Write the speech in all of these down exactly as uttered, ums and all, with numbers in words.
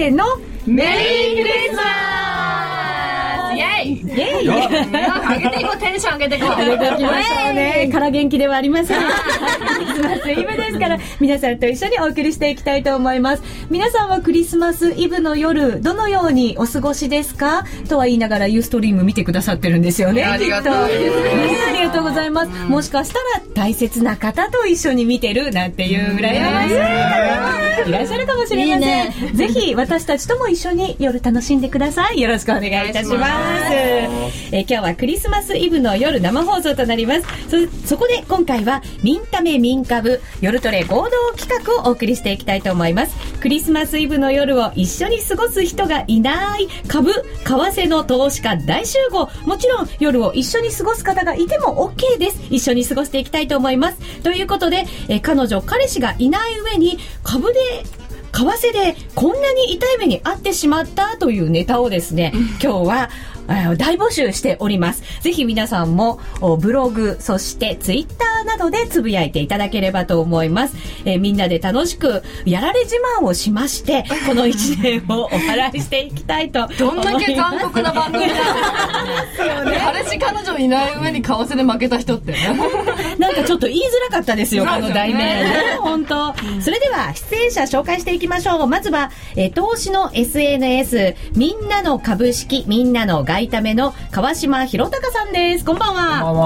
ーのメリークリスマスイェイイェイ上げていこう、テンション上げていこう。 上げていきましょうね。から元気ではありません。クリスマスイブですから、皆さんと一緒にお送りしていきたいと思います。皆さんはクリスマスイブの夜、どのようにお過ごしですかとは言いながらユーストリーム見てくださってるんですよね。 ありがとう。 ありがとうございます。もしかしたら大切な方と一緒に見てるなんていう羨ましい方いらっしゃるかもしれません。いいね、ぜひ私たちとも一緒に夜楽しんでください。よろしくお願いいたします。えー、今日はクリスマスイブの夜生放送となります。 そ, そこで今回はミンタメミン株夜トレ合同企画をお送りしていきたいと思います。クリスマスイブの夜を一緒に過ごす人がいない株為替の投資家大集合。もちろん夜を一緒に過ごす方がいても OK です。一緒に過ごしていきたいと思います。ということで、えー、彼女彼氏がいない上に株で為替でこんなに痛い目に遭ってしまったというネタをですね、今日は大募集しております。ぜひ皆さんもブログ、そしてツイッターなどでつぶやいていただければと思います。えー、みんなで楽しくやられ自慢をしまして、このいちねんをお払いしていきたいと思います。 どんだけ残酷な番組だね。彼氏彼女いない上に為替で負けた人ってなんかちょっと言いづらかったですよ、この題名。本当。それでは出演者紹介していきましょう。まずは、えー、投資の エスエヌエス みんなの株式みんなの外為ための川島弘隆さんです。こんばんは。 こんばん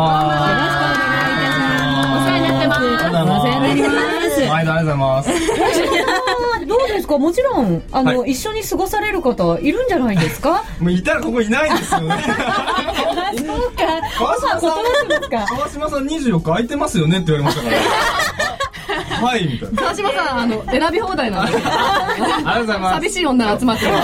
は。 よろしくお願いいたします。お世話になってます。お世話になります。 はい、ありがとうございます。 どうですか。もちろんあの、はい、一緒に過ごされる方いるんじゃないですか。 もういたらここいないんですよね。 そうか。 川島さん、川島さんにじゅうよっか空いてますよねって言われましたから。はいみたいな。 川島さんあの選び放題なんです。 ありがとうございます。 寂しい女が集まってます。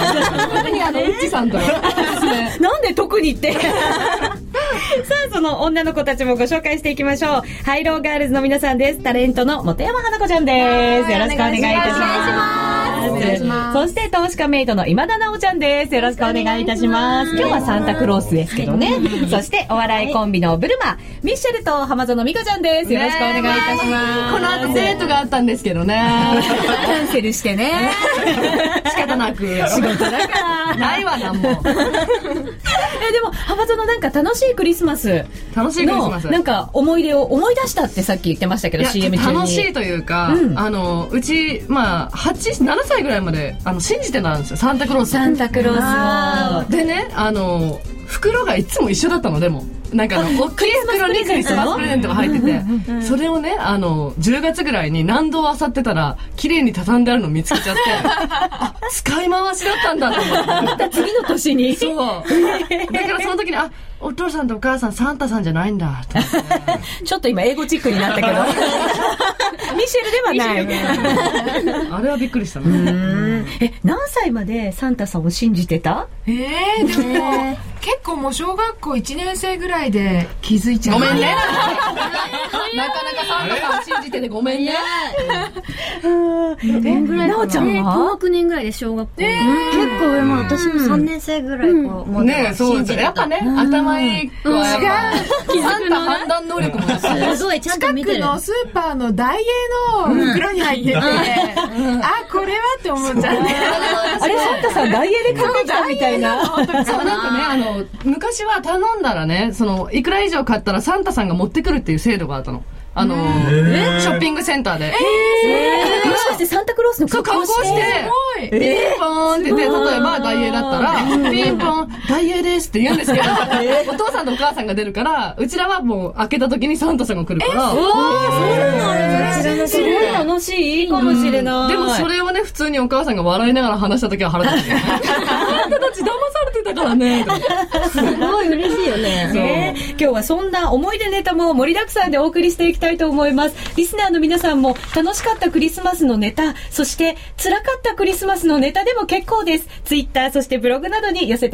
特にあのうっちさんとなんで特にってさあその女の子たちもご紹介していきましょう。ハイローガールズの皆さんです。タレントの本山花子ちゃんです。よろしくお願いいたします。お願いします。そして投資家メイドの今田奈緒ちゃんです。よろしくお願いいたします。今日はサンタクロースですけどね。そしてお笑いコンビのブルマミッシェルと浜園美香ちゃんです。よろしくお願いいたします。 この後デートがあったんですけどね。 キャンセルしてね。 仕方なく仕事だからないわなんも。 えでも浜園なんか楽しいクリスマス楽しいクリスマスなんか思い出を思い出したってさっき言ってましたけど シーエム 中に楽しいというか、うん、あのうちまあはち、ななさいぐらいまであの信じてたんですよ、サンタクロース。 サンタクロースでね、あの袋がいつも一緒だったの。でもなんかあの大きい袋にクリスマスプレゼントが入ってて、それをねあのじゅうがつぐらいに何度漁ってたら綺麗に畳んであるの見つけちゃってあ使い回しだったんだと思って。 また次の年に。 そうだからその時にあお父さんとお母さんサンタさんじゃないんだと思ってちょっと今英語チックになったけどミシェルではないあれはびっくりしたね。 うんえ何歳までサンタさんを信じてた？ えー、でも結構もう小学校いちねん生ぐらいで気づいちゃう。 ごめんねなかなかサンタさんを信じててごめんね。 どんぐらいかな。 なおちゃんは高学年ぐらいで小学校、 えー、 結構上も私もさんねん生ぐらいこう、 うん、ねそうですよやっぱね頭いい子はやっぱサンタ判断能力もすごいちゃんと見てる。 近くのスーパーのダイエーの袋に入ってて、うん、あこれはって思っちゃうね。 あれサンタさんダイエーで買ってきたみたいな。 そうなんかねあの昔は頼んだらねそのいくら以上買ったらサンタさんが持ってくるっていう制度があったの。あのー、ショッピングセンターで、 えー、もしかしてサンタクロースの格好して、 ピンポーンって言って、例えばダイエーだったらピンポンダイエーですって言うんですけどお父さんとお母さんが出るからうちらはもう開けた時にサンタさんが来るから、 えー、そうすごい楽しいいいかもしれない、 うん、でもそれをね普通にお母さんが笑いながら話した時は腹立つあんたたち騙されてたからねすごい嬉しいよね。 ね今日はそんな思い出ネタも盛りだくさんでお送りしていきたいと思います。リスナーの皆さんも楽しかったクリスマスのネタ、そして辛かったクリスマスのネタでも結構です。ツイッターそしてブログなどに寄せてくださ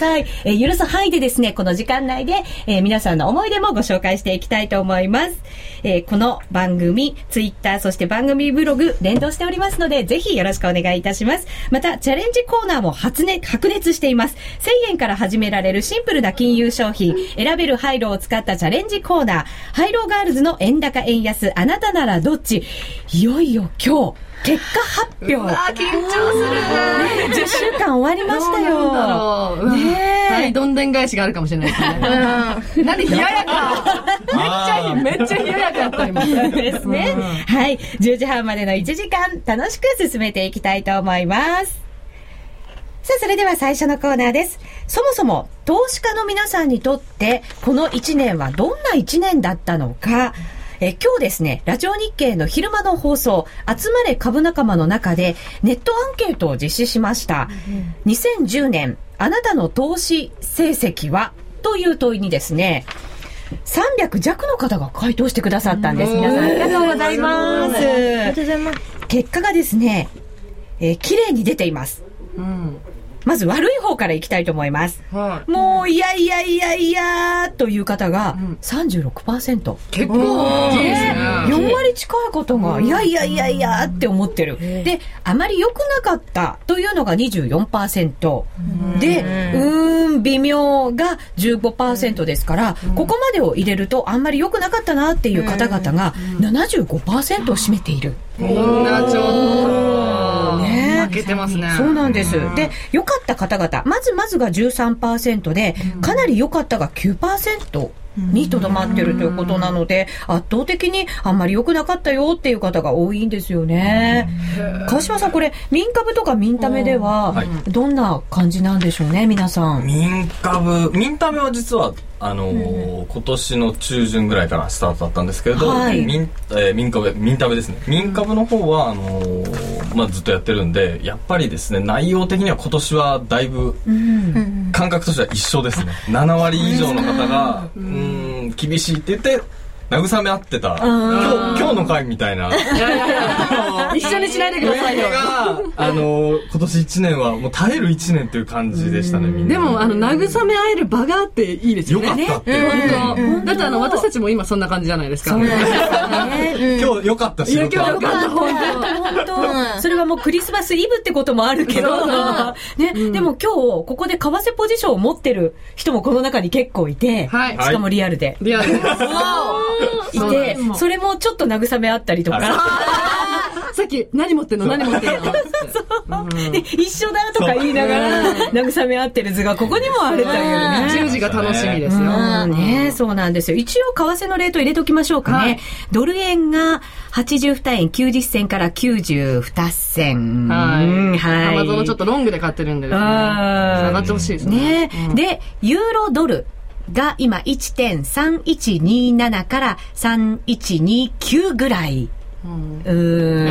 さい。えー、許す範囲でですね、この時間内で、えー、皆さんの思い出もご紹介していきたいと思います。えー、この番組、ツイッター、そして番組ブログ、連動しておりますので、ぜひよろしくお願いいたします。また、チャレンジコーナーも発熱、白熱しています。せんえんから始められるシンプルな金融商品、選べるハイローを使ったチャレンジコーナー、ハイローガールズの円高円安、あなたならどっち？いよいよ今日、結果発表。うわ緊張するね、じゅっしゅうかん終わりましたよ。 どうなんだろう。ねえ。はい、どんでん返しがあるかもしれないですね。何冷ややか。めっちゃめっちゃ冷ややかやった今。 ですね。はい、じゅうじはんまでのいちじかん楽しく進めていきたいと思います。さあ、それでは最初のコーナーです。そもそも投資家の皆さんにとってこのいちねんはどんないちねんだったのか。え今日ですね、ラジオ日経の昼間の放送、集まれ株仲間の中でネットアンケートを実施しました。うん、にせんじゅうねん、あなたの投資成績はという問いにですね、さんびゃく弱の方が回答してくださったんです。皆さんありがとうございます。ありがとうございます。結果がですね、えー、綺麗に出ています。うん、まず悪い方からいきたいと思います。はい、もういやいやいやいやという方が さんじゅうろくパーセント、うん、結構大きいですね。よん割近い方がいやいやいやいやって思ってる。で、あまり良くなかったというのが にじゅうよんパーセント で、うーん微妙が じゅうごパーセント ですから、ここまでを入れるとあんまり良くなかったなっていう方々が ななじゅうごパーセント を占めている。 みんなちょっと、ね、負けてますね。 そうなんです。で、良かった方々、まずまずが じゅうさんパーセント で、かなり良かったが きゅうパーセントにとどまってるということなので、圧倒的にあんまり良くなかったよっていう方が多いんですよね。川島さん、これ民株とか民ためではどんな感じなんでしょうね、皆さん。 民株、民ためは実はあのーうん、今年の中旬ぐらいからスタートだったんですけれど、はい、民, えー、民株民ためですね。民株の方はあのーまあ、ずっとやってるんで、やっぱりですね、内容的には今年はだいぶ、うん、感覚としては一緒ですね。なな割以上の方がうーん厳しいって言って慰め合ってた、今日、今日の回みたいな。いやいやいや一緒にしないでくださいよ。 が、あの、今年いちねんはもう耐えるいちねんという感じでしたね、みんな。 でも、あの、慰め合える場があっていいですよね。 よかったって。 本当。だってあの、私たちも今そんな感じじゃないですか。 そうなんですね。 今日よかった仕事。 いや、今日よかった、本当。本当。それはもうクリスマスイブってこともあるけど、ね、でも今日、ここで為替ポジションを持ってる人もこの中に結構いて、はい、しかもリアルで。 リアルで。 いて、それもちょっと慰め合ったりとか。 さっき何持ってんの何持ってんのそうそう、うん、で一緒だとか言いながら慰め合ってる図がここにもあるというね。 じゅうじが楽しみですよ、 うんね、そうなんですよ。一応為替のレート入れておきましょうかね、はい、ドル円がはちじゅうにえんきゅうじゅっせんからきゅうじゅうにせん、 はい、はい、アマゾンのちょっとロングで買ってるんでですね、下がってほしいですね、 ね、うん、でユーロドルが今 いってんさんいちになな からさんいちにきゅうぐらい。うん、うーん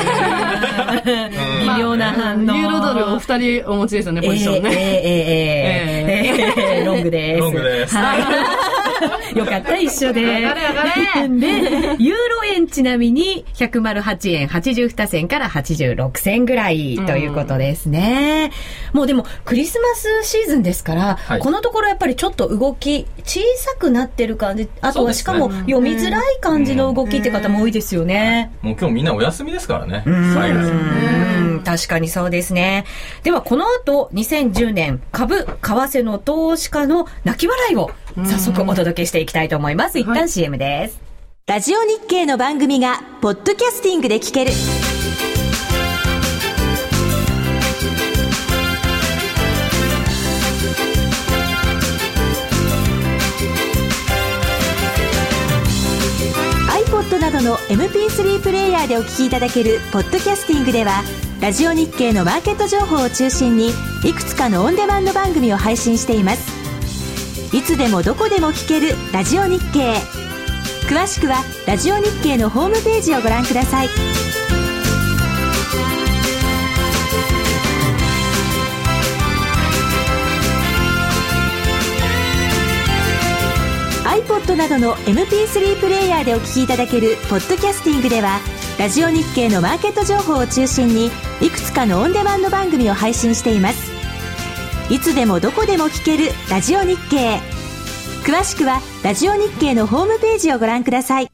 微妙な反応。 ユーロドルお二人お持ちですよね、ポジションね。えー、えー、 えー、えー、えー、ロングです。 ロングです。 はいよかった、一緒で。 上がれ上がれで、ユーロ円ちなみにひゃくはちえんはちじゅうにせんからはちじゅうろくせんぐらいということですね。うん、もうでもクリスマスシーズンですから、はい、このところやっぱりちょっと動き小さくなってる感じ、あとはしかも読みづらい感じの動きって方も多いですよね。 もう今日みんなお休みですからね。 うん、そうですね。確かにそうですね。ではこの後にせんじゅうねん株、為替の投資家の泣き笑いを早速お届けしていきたいと思います。一旦 シーエム です。 ラジオ日経の番組がポッドキャスティングで聞ける。iPod などの エムピースリー プレイヤーでお聞きいただけるポッドキャスティングでは、ラジオ日経のマーケット情報を中心にいくつかのオンデマンド番組を配信しています。いつでもどこでも聞けるラジオ日経。詳しくはラジオ日経のホームページをご覧ください。iPod などの エムピースリー プレイヤーでお聞きいただけるポッドキャスティングでは、ラジオ日経のマーケット情報を中心にいくつかのオンデマンド番組を配信しています。 いつでもどこでも聞けるラジオ日経。詳しくはラジオ日経のホームページをご覧ください。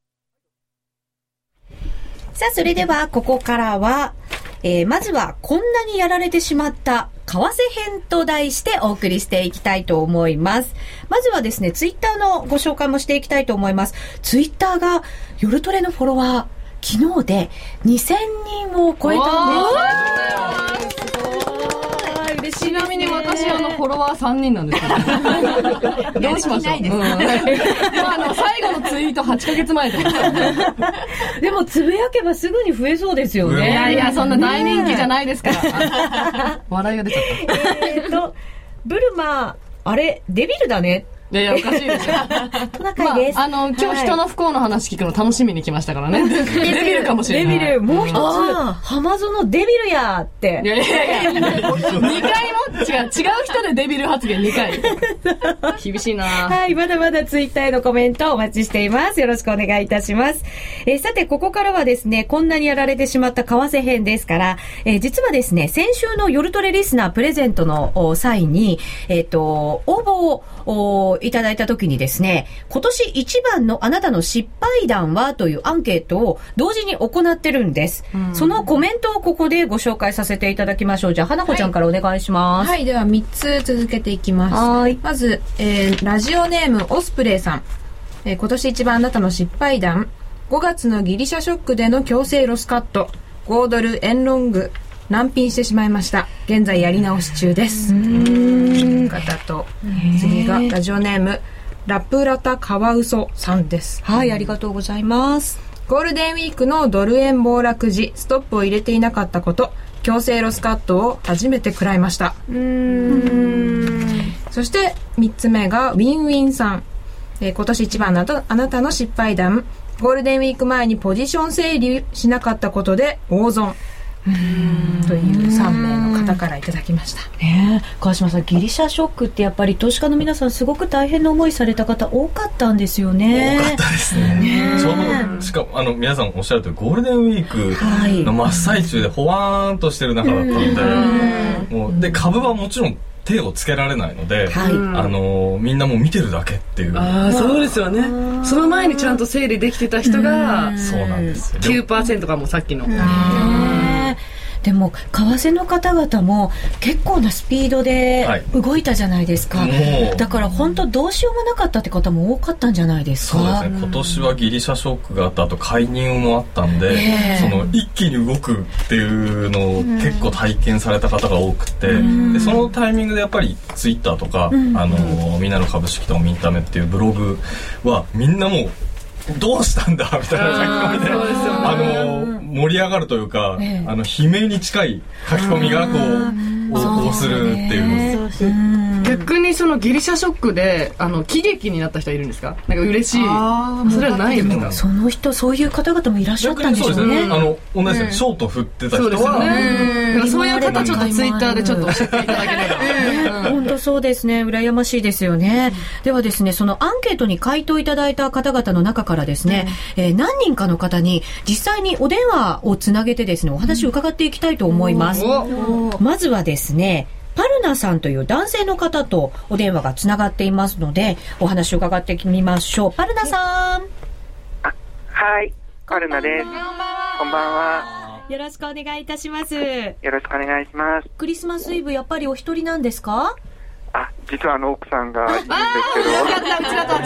さあ、それではここからは、えー、まずはこんなにやられてしまった為替編と題してお送りしていきたいと思います。まずはですね、ツイッターのご紹介もしていきたいと思います。ツイッターが夜トレのフォロワー、昨日でにせんにんを超えたんです。 ちなみに私あのフォロワーさんにんなんですけどどうしましょう。うん、まあ、あの最後のツイートはちかげつまえとかでもつぶやけばすぐに増えそうですよね。 いやいや、そんな大人気じゃないですから笑いが出ちゃったえーとブルマあれデビルだね。 いやいや、おかしいですよトナカイです、 まあ、あの今日人の不幸の話聞くの楽しみに来ましたからね、はい、デビルかもしれない。 デビルもう一つ浜園デビルやって。 いやいやいやにかいも違う違う人でデビル発言にかい厳しいな。 はい、まだまだツイッターへのコメントお待ちしています。よろしくお願いいたします。えー、さてここからはですね、こんなにやられてしまった為替編ですから、えー、実はですね、先週の夜トレリスナープレゼントの際にえっ、ー、と応募をいただいた時にですね、今年一番のあなたの失敗談はというアンケートを同時に行ってるんです。そのコメントをここでご紹介させていただきましょう。じゃあ花子ちゃんからお願いします。 はい、はい、ではみっつ続けていきます。はい、まず、えー、ラジオネームオスプレイさん、えー、今年一番あなたの失敗談、ごがつのギリシャショックでの強制ロスカット、ごドル円ロング難品してしまいました。現在やり直し中です。うーん方と、次がラジオネームラプラタカワウソさんです。 はい、ありがとうございます。 ゴールデンウィークのドル円暴落時ストップを入れていなかったこと、強制ロスカットを初めて食らいました。うーんそしてみっつめがウィンウィンさん、えー、今年一番あなた、あなたの失敗談、ゴールデンウィーク前にポジション整理しなかったことで大損というさんめいの方からいただきました。 ねえ、川島さん、ギリシャショックってやっぱり投資家の皆さんすごく大変な思いされた方多かったんですよね。 多かったですね。ね、ちょうどしかもあの皆さんおっしゃるとおりゴールデンウィークの真っ最中でほわーんとしてる中だったので、もうで株はもちろん手をつけられないので、はい、あのみんなもう見てるだけっていう。 ああ、そうですよね。その前にちゃんと整理できてた人がそうなんですよ。 きゅうパーセント かもさっきの。 でも為替の方々も結構なスピードで動いたじゃないですか、はい、だから本当どうしようもなかったって方も多かったんじゃないですか。 そうですね、今年はギリシャショックがあった後介入もあったんで、えー、その一気に動くっていうのを結構体験された方が多くて、でそのタイミングでやっぱりツイッターとか、うん、あのみんなの株式とミンタメっていうブログはみんなもうどうしたんだみたいな書き込みで、あ, あの盛り上がるというか、ええ、あの悲鳴に近い書き込みがこう横行するっていう。 逆にそのギリシャショックであの喜劇になった人はいるんですか？なんか嬉しい。それはないんですか？ その人、そういう方々もいらっしゃったんでしょうね。 そうですね。あの同じようにショート振ってた人は、そうですね。 そういう方ちょっとツイッターでちょっと教えていただければ。 本当そうですね。羨ましいですよね。ではですね、そのアンケートに回答いただいた方々の中からですね、うん、えー、何人かの方に実際にお電話をつなげてですね、お話を伺っていきたいと思います。まずはですね、パルナさんという男性の方とお電話がつながっていますので、お話を伺ってみましょう。パルナさん。 あ、はい、パルナです。こんばんは。 よろしくお願いいたします。よろしくお願いします。 クリスマスイブやっぱりお一人なんですか？ あ、実はあの奥さんがいるんですけど。 よかった、うちらとは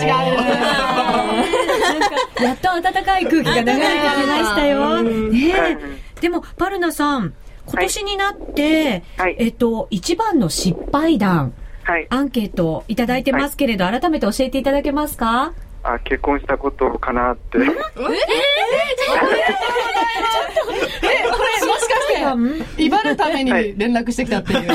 違う。やっと暖かい空気が流れてきましたよ。ねえ。でもパルナさん、今年になって、はい、えっと一番の失敗談、はい、アンケートいただいてますけれど、はい、改めて教えていただけますか？ あ、結婚したことかなって。えー、えー、ちょっと待ってえ、これもしかして威張るために連絡してきたっていう。はい、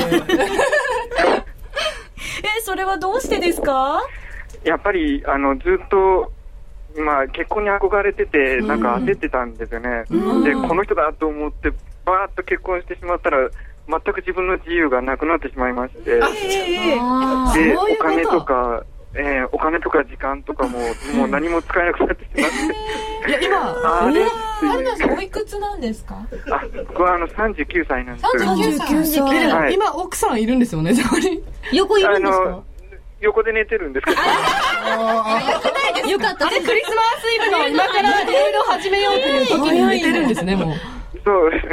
え、それはどうしてですか？ やっぱりあのずっと、まあ、結婚に憧れててなんか焦ってたんですよね、うん、でこの人だと思ってバーッと結婚してしまったら全く自分の自由がなくなってしまいまして、でお金とか、 えー、お金とか時間とかも、もう何も使えなくなってしまって。 いや、今、 あれ春菜さんおいくつなんですか？ あ、僕はあのさんじゅうきゅうさいなんです。 さんじゅうきゅうさい。 はい、 今、奥さんいるんですよね、そこに。 横いるんですか？ 横で寝てるんですけど。 よかった。 あれ、クリスマスイブの今からいろいろ始めようという時に寝てるんですね、もう。 そうですね。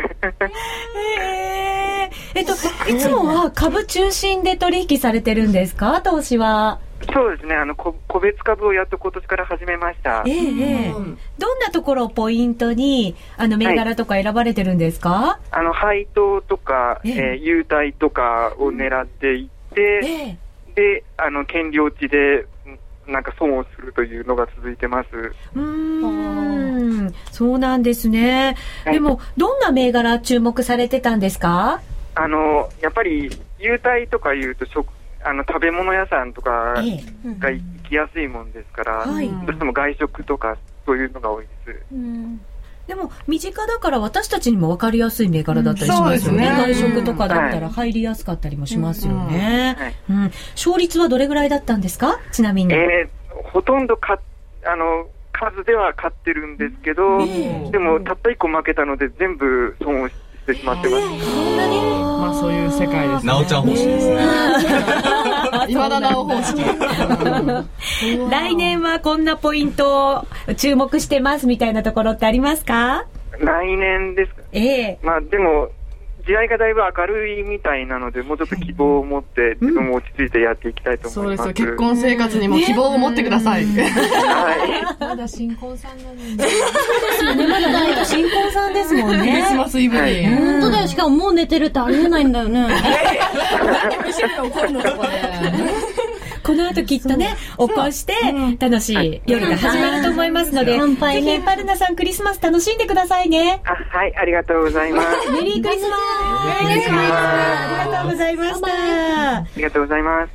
えー、えっと、いつもは株中心で取引されてるんですか、投資は。 そうですね、あの、個別株をやっと今年から始めました。 ええー、どんなところをポイントに、あの、銘柄とか選ばれてるんですか？はい、 あの、配当とか、えー、えー、優待とかを狙っていって、えー、で、あの、権利落ちで、なんか損をするというのが続いてます。 うーん、そうなんですね。はい、でも、どんな銘柄注目されてたんですか？ あの、やっぱり、優待とか言うと、食、あの、食べ物屋さんとかが行きやすいもんですから、はい、どうしても外食とか、そういうのが多いです。うん、 でも、身近だから私たちにも分かりやすい銘柄だったりしますよね。うん、外食とかだったら入りやすかったりもしますよね。うんうん、勝率はどれぐらいだったんですか？ちなみに。 えー、ほとんどか、あの、数では勝ってるんですけど、えー、でも、たったいっこ負けたので全部損をしてしまってます。えー、 そんなに？まあ、そういう世界ですね。 なおちゃん方式ですね。 今田なお方式。 来年はこんなポイントを注目してますみたいなところってありますか？ 来年ですか？ ええー。まあでも、時代がだいぶ明るいみたいなので、もうちょっと希望を持って自分も落ち着いてやっていきたいと思います。 そうですよ、結婚生活にも希望を持ってください。 はい。まだ新婚さんなのに。 そうですよね、まだ新婚さんですもんね。 クリスマスイブに。 本当だよ、しかももう寝てるってありえないんだよね。 この後きっとね、起こして楽しい夜が始まると思いますので、ぜひパルナさんクリスマス楽しんでくださいね。 あ、はい、ありがとうございます。 メリークリスマス。メリークリスマス。ありがとうございました。 ありがとうございます。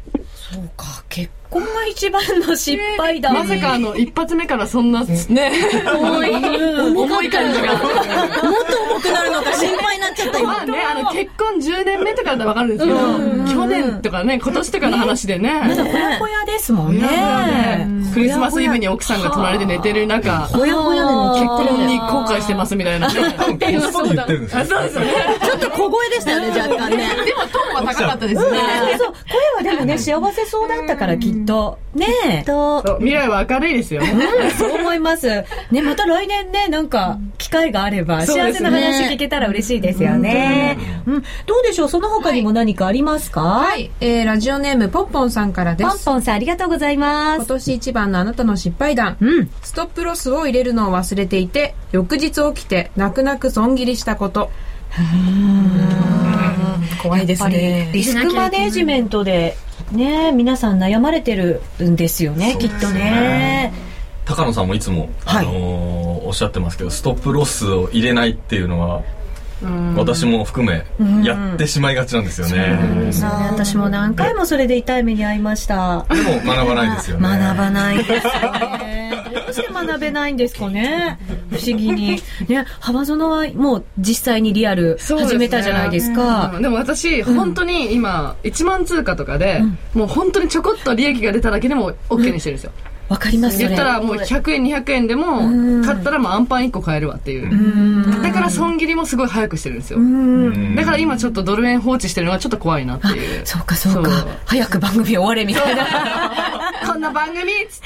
そうか、結婚が一番の失敗だ。 まさかあの一発目からそんなね、重い重い感じが。もっと重くなるのか心配になっちゃった今。 まあね、あの結婚じゅうねんめとかだったらわかるんですけど、去年とかね、今年とかの話でね。 まだほやほやですもんね。 クリスマスイブに奥さんが隣で寝てる中、 ほやほやで結婚に後悔してますみたいな。 こっそり言ってるんですよ。 そうですよね。 ちょっと小声でしたよね、若干ね。 でもトーンは高かったですね。 そう、声はでもね、幸せそうだったからきっと。ねえ。 未来は明るいですよ。 そう思います。ね、また来年ね、なんか、機会があれば、幸せな話聞けたら嬉しいですよね。うん。どうでしょう、その他にも何かありますか？ はい。えー、ラジオネーム、ポンポンさんからです。 ポンポンさん、ありがとうございます。 今年一番のあなたの失敗談。うん。ストップロスを入れるのを忘れていて、翌日起きて、泣く泣く損切りしたこと。 うーん。 怖いですね。 リスクマネジメントで、ね、皆さん悩まれてるんですよね、きっとね。 高野さんもいつも、あのーはい、おっしゃってますけど、ストップロスを入れないっていうのは、私も含めやってしまいがちなんですよね。 そうですよね。私も何回もそれで痛い目に遭いました。 でも学ばないですよね。 学ばないですよね。どうして学べないんですかね。不思議にね。浜園はもう実際にリアル始めたじゃないですか。 で, す、ねうん、でも私、うん、本当に今いちまん通貨とかで、うん、もう本当にちょこっと利益が出ただけでも OK にしてるんですよ。 わ、うん、かります。 言ったらもうひゃくえんにひゃくえんでも買ったらもうアンパンいっこ買えるわっていう。うだから損切りもすごい早くしてるんですよ。だから今ちょっとドル円放置してるのはちょっと怖いなっていう。 そうかそうか。そう早く番組終われみたいな。 こんな番組っつって。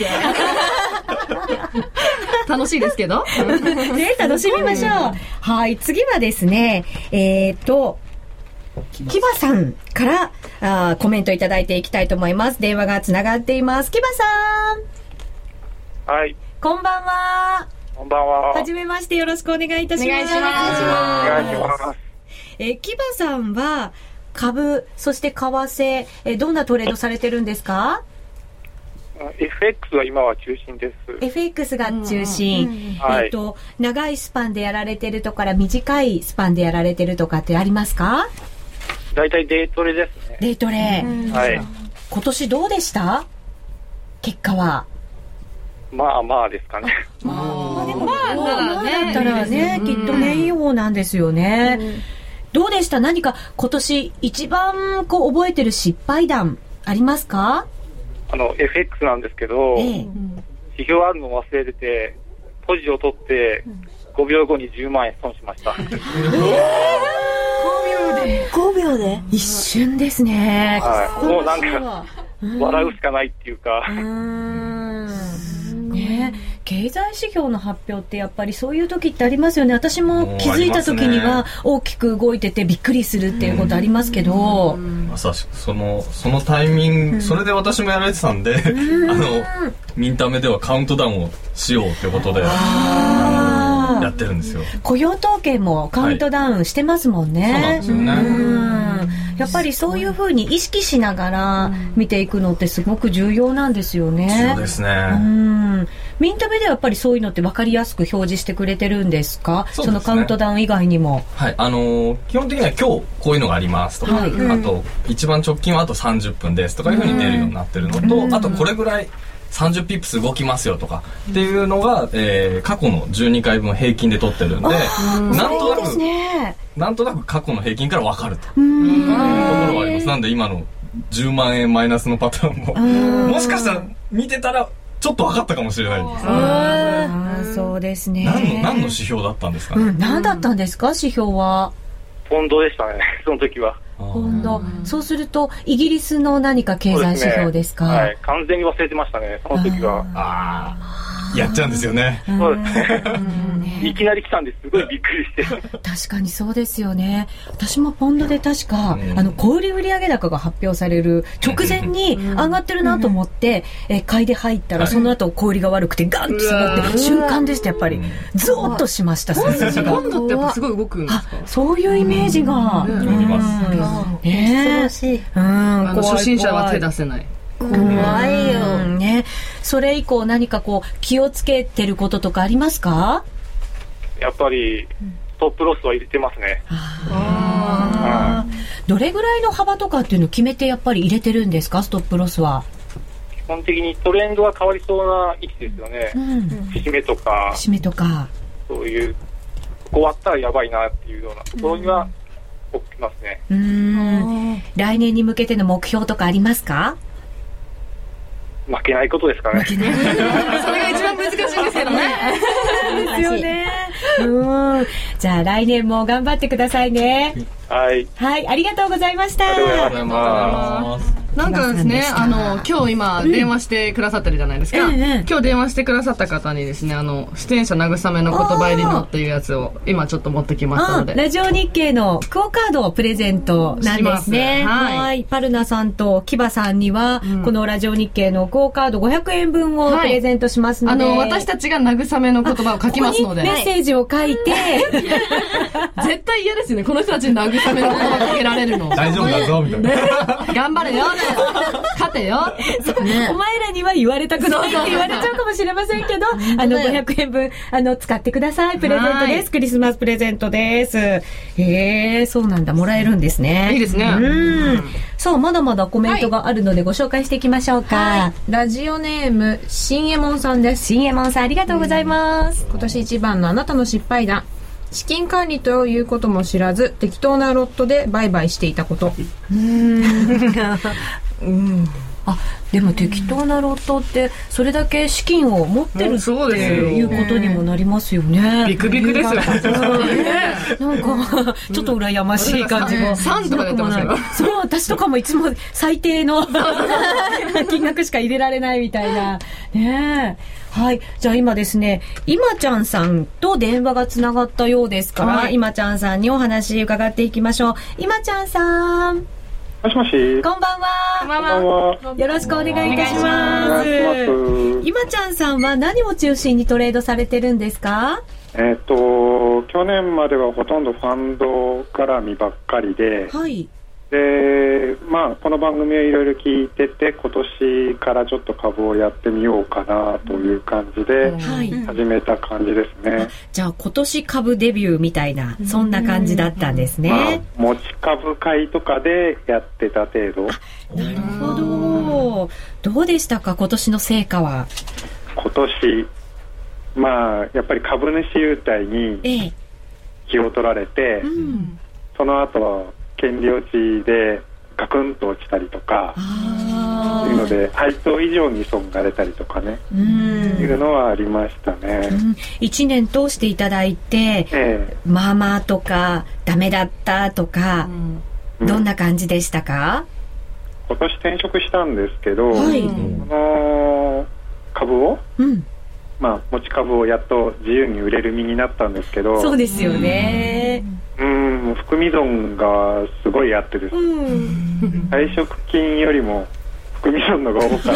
楽しいですけど。 ね、楽しみましょう。はい、次はですね、えーと、キバさんからあコメントいただいていきたいと思います。電話がつながっています。キバさん。はい。 こんばんは。 こんばんは。 はじめまして、よろしくお願いいたします。お願いします。 お願いします。 えー、キバさんは株、そして為替、えー、どんなトレードされてるんですか？ エフエックス は今は中心です。 エフエックス が中心、うんうんえーとはい、長いスパンでやられてるとから短いスパンでやられてるとかってありますか？ だいたいデイトレですね。 デイトレ、うん、 はい。 今年どうでした？結果は。 まあまあですかね。 まあでもまあだったらね、きっとね、いい方なんですよね。うん、どうでした？何か今年一番こう覚えてる失敗談ありますか？ あの エフエックス なんですけど、ええ、指標あるのを忘れててポジを取ってごびょうごにじゅうまんえん損しました。えー、 ごびょうでごびょうで一瞬ですね、 はい、もうなんか笑うしかないっていうか、うーん、ね、経済指標の発表ってやっぱりそういう時ってありますよね。私も気づいた時には大きく動いててびっくりするっていうことありますけど、 まさしくそのそのタイミング、うん、それで私もやられてたんで、うん、あのミンタメではカウントダウンをしようということでやってるんですよ。 雇用統計もカウントダウンしてますもんね、 はい、そうなんですよね。うん、 やっぱりそういう風に意識しながら見ていくのってすごく重要なんですよね。 そうですね。 うん、ミンタメではやっぱりそういうのって分かりやすく表示してくれてるんですか？ そ, うですね、そのカウントダウン以外にも。 はい、あのー、基本的には今日こういうのがありますとか、はい、あと一番直近はあとさんじゅっぷんですとかいう風に出るようになってるのと、うん、あとこれぐらいさんじゅうピップス動きますよとかっていうのが、えー、過去のじゅうにかいぶん平均で取ってるんで、なんとなく、ね、なんとなく過去の平均から分かるというところはあります。なんで今のじゅうまんえんマイナスのパターンももしかしたら見てたらちょっと分かったかもしれないんです。 あ、そうですね。 何の、何の指標だったんですかね。 うん、何だったんですか、指標は。 ポンドでしたね、その時は。 ポンド。そうするとイギリスの何か経済指標ですか？ そうですね、はい、完全に忘れてましたね、その時は。 ああ、やっちゃうんですよね。 そうですね。いきなり来たんですごいびっくりして。 確かにそうですよね。私もポンドで確か、うん、あの小売売上高が発表される直前に上がってるなと思って、うん、え買いで入ったら、その後小売が悪くてガンと下がって瞬間でした。やっぱりゾーッとしました。 ポンドってやっぱすごい動くんですか？ あ、そういうイメージが、うん、 ありますね。うん、 あの初心者は手出せない。 怖いよ、 うんね。それ以降何かこう気をつけてることとかありますか？ やっぱりストップロスは入れてますね。 あ、うん、どれぐらいの幅とかっていうのを決めてやっぱり入れてるんですか？ストップロスは。 基本的にトレンドが変わりそうな位置ですよね。うん、節目とか節目とかそういうここ割ったらやばいなっていうようなところには起きますね。 うん、来年に向けての目標とかありますか？ 負けないことですかね。負けないそれが一番難しいんですけどね。 ですよね。うん。じゃあ来年も頑張ってくださいね。 はい。 はい、ありがとうございました。 ありがとうございます。 なんかですね、あの今日今電話してくださってるじゃないですか、うん、今日電話してくださった方にですね、あの出演者慰めの言葉入りのっていうやつを今ちょっと持ってきましたので、 ラジオ日経のクオカードをプレゼントなんですね。はい、はい。パルナさんとキバさんには、うん、このラジオ日経のクオカードごひゃくえんぶんをプレゼントしますので、はい、 あの私たちが慰めの言葉を書きますので、 ここにメッセージを書いて、 はい、絶対嫌ですよね、この人たちに慰めの言葉かけられるの。 大丈夫だぞみたいな。 頑張れよ勝てよ、 ね、お前らには言われたくないって言われちゃうかもしれませんけど、あのごひゃくえんぶんあの使ってください。プレゼントです。クリスマスプレゼントです。へえ、そうなんだ、もらえるんですね。 いいですね。 うん。そう、まだまだコメントがあるのでご紹介していきましょうか。はい、 ラジオネーム新右衛門さんです。 新右衛門さん、ありがとうございます。 今年一番のあなたの失敗談。資金管理ということも知らず適当なロットで売買していたこと。うーんうん、あ、でも適当なロットってそれだけ資金を持ってるっていうことにもなりますよね。 ビクビクですよ。 なんかちょっと羨ましい感じが。 さんとか出てますよ。 そう、私とかもいつも最低の金額しか入れられないみたいなねえ。はい。じゃあ今ですね、今ちゃんさんと電話がつながったようですから、はい、今ちゃんさんにお話伺っていきましょう。今ちゃんさん。 もしもし。 こんばんは。 こんばんは。 よろしくお願いいたします。今ちゃんさんは何を中心にトレードされてるんですか？ えっと、去年まではほとんどファンド絡みばっかりで、はい。で、まあ、この番組をいろいろ聞いてて、今年からちょっと株をやってみようかなという感じで始めた感じですね。 はい、じゃあ今年株デビューみたいな、そんな感じだったんですね。 まあ、持ち株会とかでやってた程度。 なるほど。どうでしたか、今年の成果は？ 今年、まあ、やっぱり株主優待に気を取られて、ええ、うん、その後は権利落ちでガクンと落ちたりとか、 いうので配当以上に損が出たりとかね、うん、いうのはありましたね、うん、 いちねん通していただいて、ええ、まあまあとかダメだったとか、うん、どんな感じでしたか？ 今年転職したんですけど、はい、この株を、うんまあ、持ち株をやっと自由に売れる身になったんですけど、 そうですよね、 うん、うん含み損がすごいあってですね、うん、退職金よりも含み損のが多かった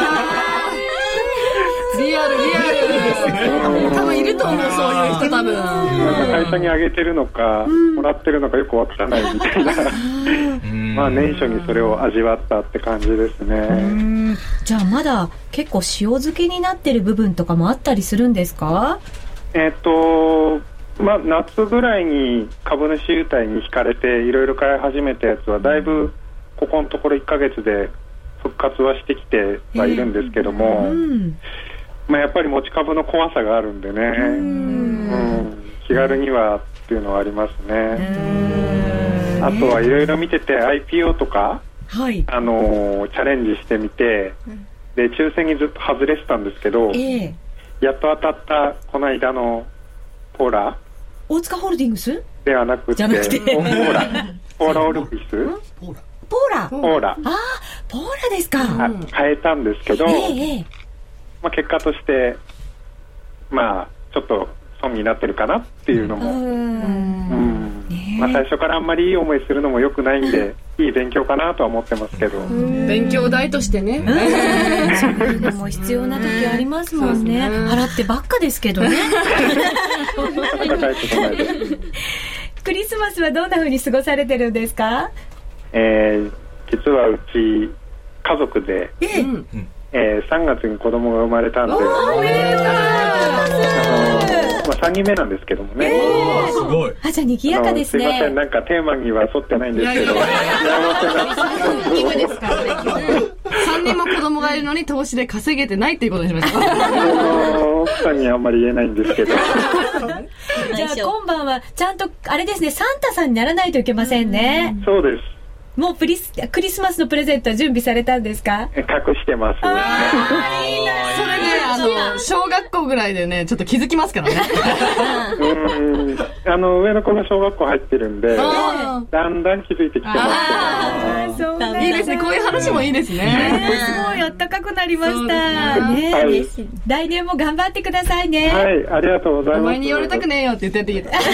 リアルリアル多分いると思う、そういう人多分なんか会社にあげてるのか、うん、もらってるのかよくわからないみたいなまあ年初にそれを味わったって感じですね。うんじゃあまだ結構塩漬けになってる部分とかもあったりするんですか？ えっとまあ夏ぐらいに株主優待に惹かれていろいろ買い始めたやつはだいぶここのところいっかげつで復活はしてきてはいるんですけども、うんまあ、やっぱり持ち株の怖さがあるんでね、うん、うん、気軽にはっていうのはありますね。あとはいろいろ見てて アイピーオー とか、はいあのー、チャレンジしてみてで抽選にずっと外れてたんですけど、えー、やっと当たったこの間のポーラ大塚ホールディングスではなくてじゃなくてポーラポーラオルフィスポーラポーラポーラあポーラですか、 変えたんですけど、えーまあ、結果としてまあちょっと損になってるかなっていうのも、うんうんねまあ、最初からあんまりいい思いするのも良くないんでいい勉強かなとは思ってますけど、 勉強代としてね、 うん、そういうのも必要な時ありますもんね。払ってばっかですけどねクリスマスはどんな風に過ごされてるんですか？ えー、実はうち家族で、えーうんえー、さんがつに子供が生まれたんで、おめでとうございます。まあ、さんにんめなんですけどもね、 えー、すごい。あ、じゃあ賑やかですね。 すいません、なんかテーマには沿ってないんですけど、 義務ですからねさんにんも子供がいるのに投資で稼げてないっていうことにしました奥さんにはあんまり言えないんですけどじゃあ今晩はちゃんとあれですね、サンタさんにならないといけませんね。 そうです。 もうプリスクリスマスのプレゼントは準備されたんですか？ 隠してます。 あいいな。それね、あの小学校ぐらいでねちょっと気づきますからねうんあの上の子が小学校入ってるんでだんだん気づいてきてます。あそうなんだ。 いいですね、こういう話もいいですね。 すごいあったかくなりましたね、はい、来年も頑張ってくださいね。 はい、ありがとうございます。 お前に言われたくねえよって言ってやってきて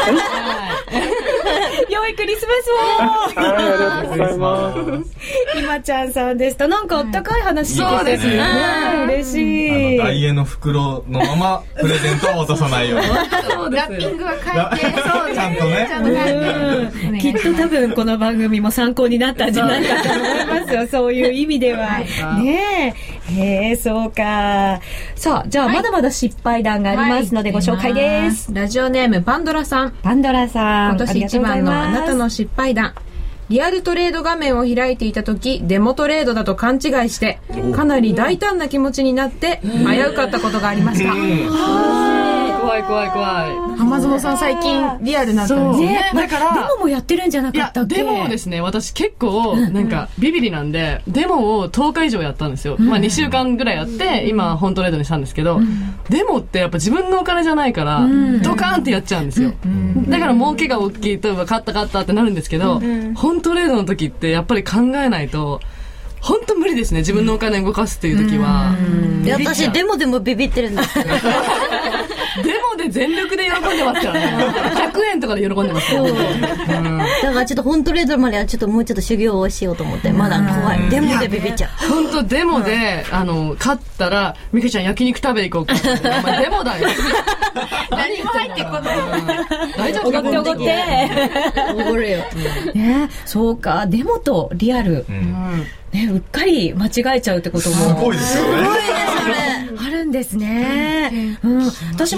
良いクリスマスを。 はい、ありがとうございます。 今ちゃんさんでした。なんかあったかい話聞けて、ね、嬉しい。 ダイエーの袋のままプレゼントは落とさないようにラッピングは変えてそうちゃんとね、 ちゃんと変えてきっと多分この番組も参考になったんじゃないかと思いますよそういう意味ではねえ。へえ、そうか。さあ、じゃあまだまだ失敗談がありますのでご紹介です、 はい、ラジオネームパンドラさん。 パンドラさん、 今年一番のあなたの失敗談。リアルトレード画面を開いていた時デモトレードだと勘違いしてかなり大胆な気持ちになって危うかったことがありました。 怖い怖い怖い。 浜園さん最近リアルなったんですね。 だからデモもやってるんじゃなかったっけ？ デモをですね、私結構なんかビビリなんでデモをとおか以上やったんですよ、まあ、にしゅうかんぐらいやって今本トレードにしたんですけど、デモってやっぱ自分のお金じゃないからドカーンってやっちゃうんですよ。だから儲けが大きいと買った買ったってなるんですけど、本トレードの時ってやっぱり考えないと本当無理ですね、自分のお金動かすっていう時は。 で私デモでもビビってるんですデモで全力で喜んでますからねひゃくえんとかで喜んでますよ、うん、 だからちょっと本トレードまではちょっともうちょっと修行をしようと思ってまだ怖い。デモでビビっちゃう。 本当デモで、うん、あの勝ったらミカちゃん焼肉食べ行こうかお前デモだよ何も入ってこない大丈夫か？ おごっておごっておごれよ、 ね、そうか、デモとリアル、うんね、うっかり間違えちゃうってこともすごいですよね。 すごいですね。 あるんですね、うん、私もでもあの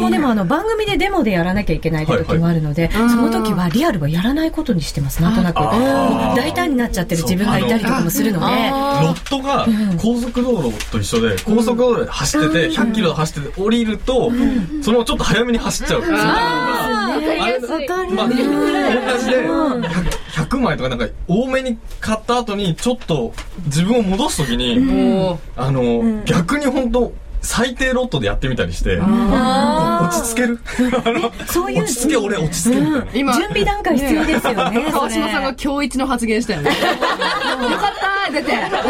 の番組でデモでやらなきゃいけないって時もあるので、はいはい、その時はリアルはやらないことにしてます。なんとなく大胆になっちゃってる自分がいたりとかもするので、ロットが高速道路と一緒で、高速道路で走っててひゃっキロで走ってて降りると、うん、そのちょっと早めに走っちゃう。あれ分かる、まあ、同じでひゃくまいとかなんか多めに買った後にちょっと自分を戻す時に、うん、あの、うん、逆に本当最低ロットでやってみたりして、落ち着けるそういう落ち着け俺落ち着けみたいな、うん、 今準備段階必要ですよね。 川島さんが今日一の発言したよねよかった出て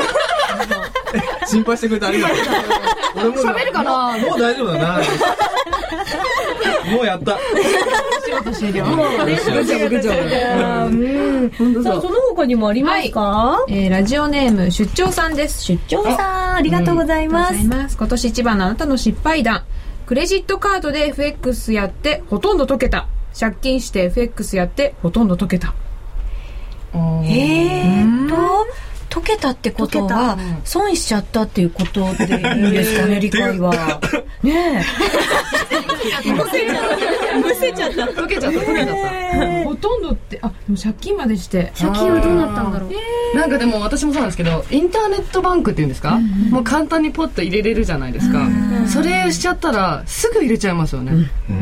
心配してくれてありがとう。 俺も喋るかな。 もう大丈夫だなもうやった仕事終了。 もうね、グジョブグジョブ。さあ、その他にもありますか？ はい、えー、ラジオネーム出張さんです。 出張さん、ありがとうございます。 うん、今年一番のあなたの失敗談。クレジットカードで エフエックス やってほとんど解けた。借金して エフエックス やってほとんど解けた。 えーと解けたってことは損しちゃったっていうことでいいんですかね、理解は。ねえむせちゃった溶けちゃった溶けちゃったほとんどって、あ、でも借金までして借金はどうなったんだろう。 なんかでも私もそうなんですけど、インターネットバンクっていうんですか、うん、もう簡単にポッと入れれるじゃないですか、うん、それしちゃったらすぐ入れちゃいますよね、うん、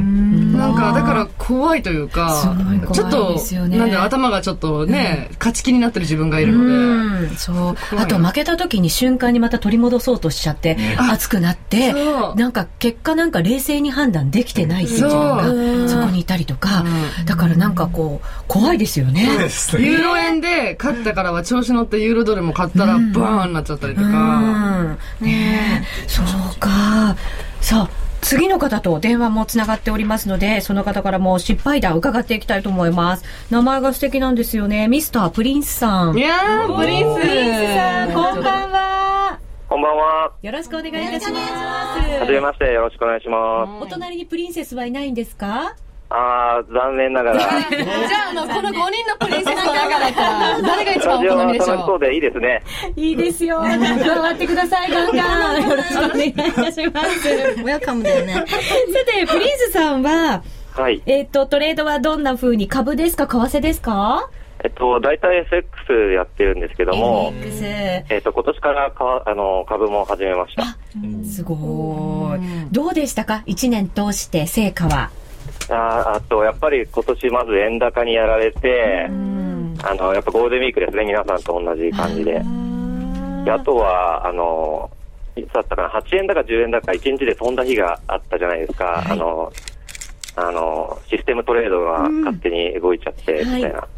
なんかだから怖いというか、ちょっとなんで頭がちょっとね、うん、勝ち気になってる自分がいるので、 うん、そうあと負けた時に瞬間にまた取り戻そうとしちゃって、うん、熱くなってなんか結果なんか冷静に判断できてないっていうのがそこにいたりとか、うん、だからなんかこう怖いですよね。 ユーロ円で勝ったからは調子乗ってユーロドルも買ったらバーンになっちゃったりとか、 うんうん、ねえ、そうか。さあ次の方と電話もつながっておりますので、その方からも失敗談伺っていきたいと思います。名前が素敵なんですよね。ミスタープリンスさん。 いやープリンスプリンスさん、こんばんは。 こんばんは。 よろしくお願いいたします。 はじめまして、よろしくお願いします。 お隣にプリンセスはいないんですか？ あー、残念ながら。じゃあ、あの、このごにんのプリンセスの中だったら、誰が一番お好みでしょう？ 楽しそうでいいですね。 いいですよ。加わってください、ガンガン。よろしくお願いいたします。ウェルカムだよね。さて、プリンスさんは、 はい。 えっと、トレードはどんな風に、株ですか、為替ですか？ えっと、大体 エフエックス やってるんですけども、 エフエックス、 えっと、今年からかあの株も始めました。 あ、すごい。どうでしたか？いちねん通して成果は。 あ, あとやっぱり今年まず円高にやられて、あのやっぱゴールデンウィークですね、皆さんと同じ感じで。であとはあのいつだったかな、はちえんだかじゅうえんだかいちにちで飛んだ日があったじゃないですか、はい、あのあのシステムトレードが勝手に動いちゃってみたいな、はい、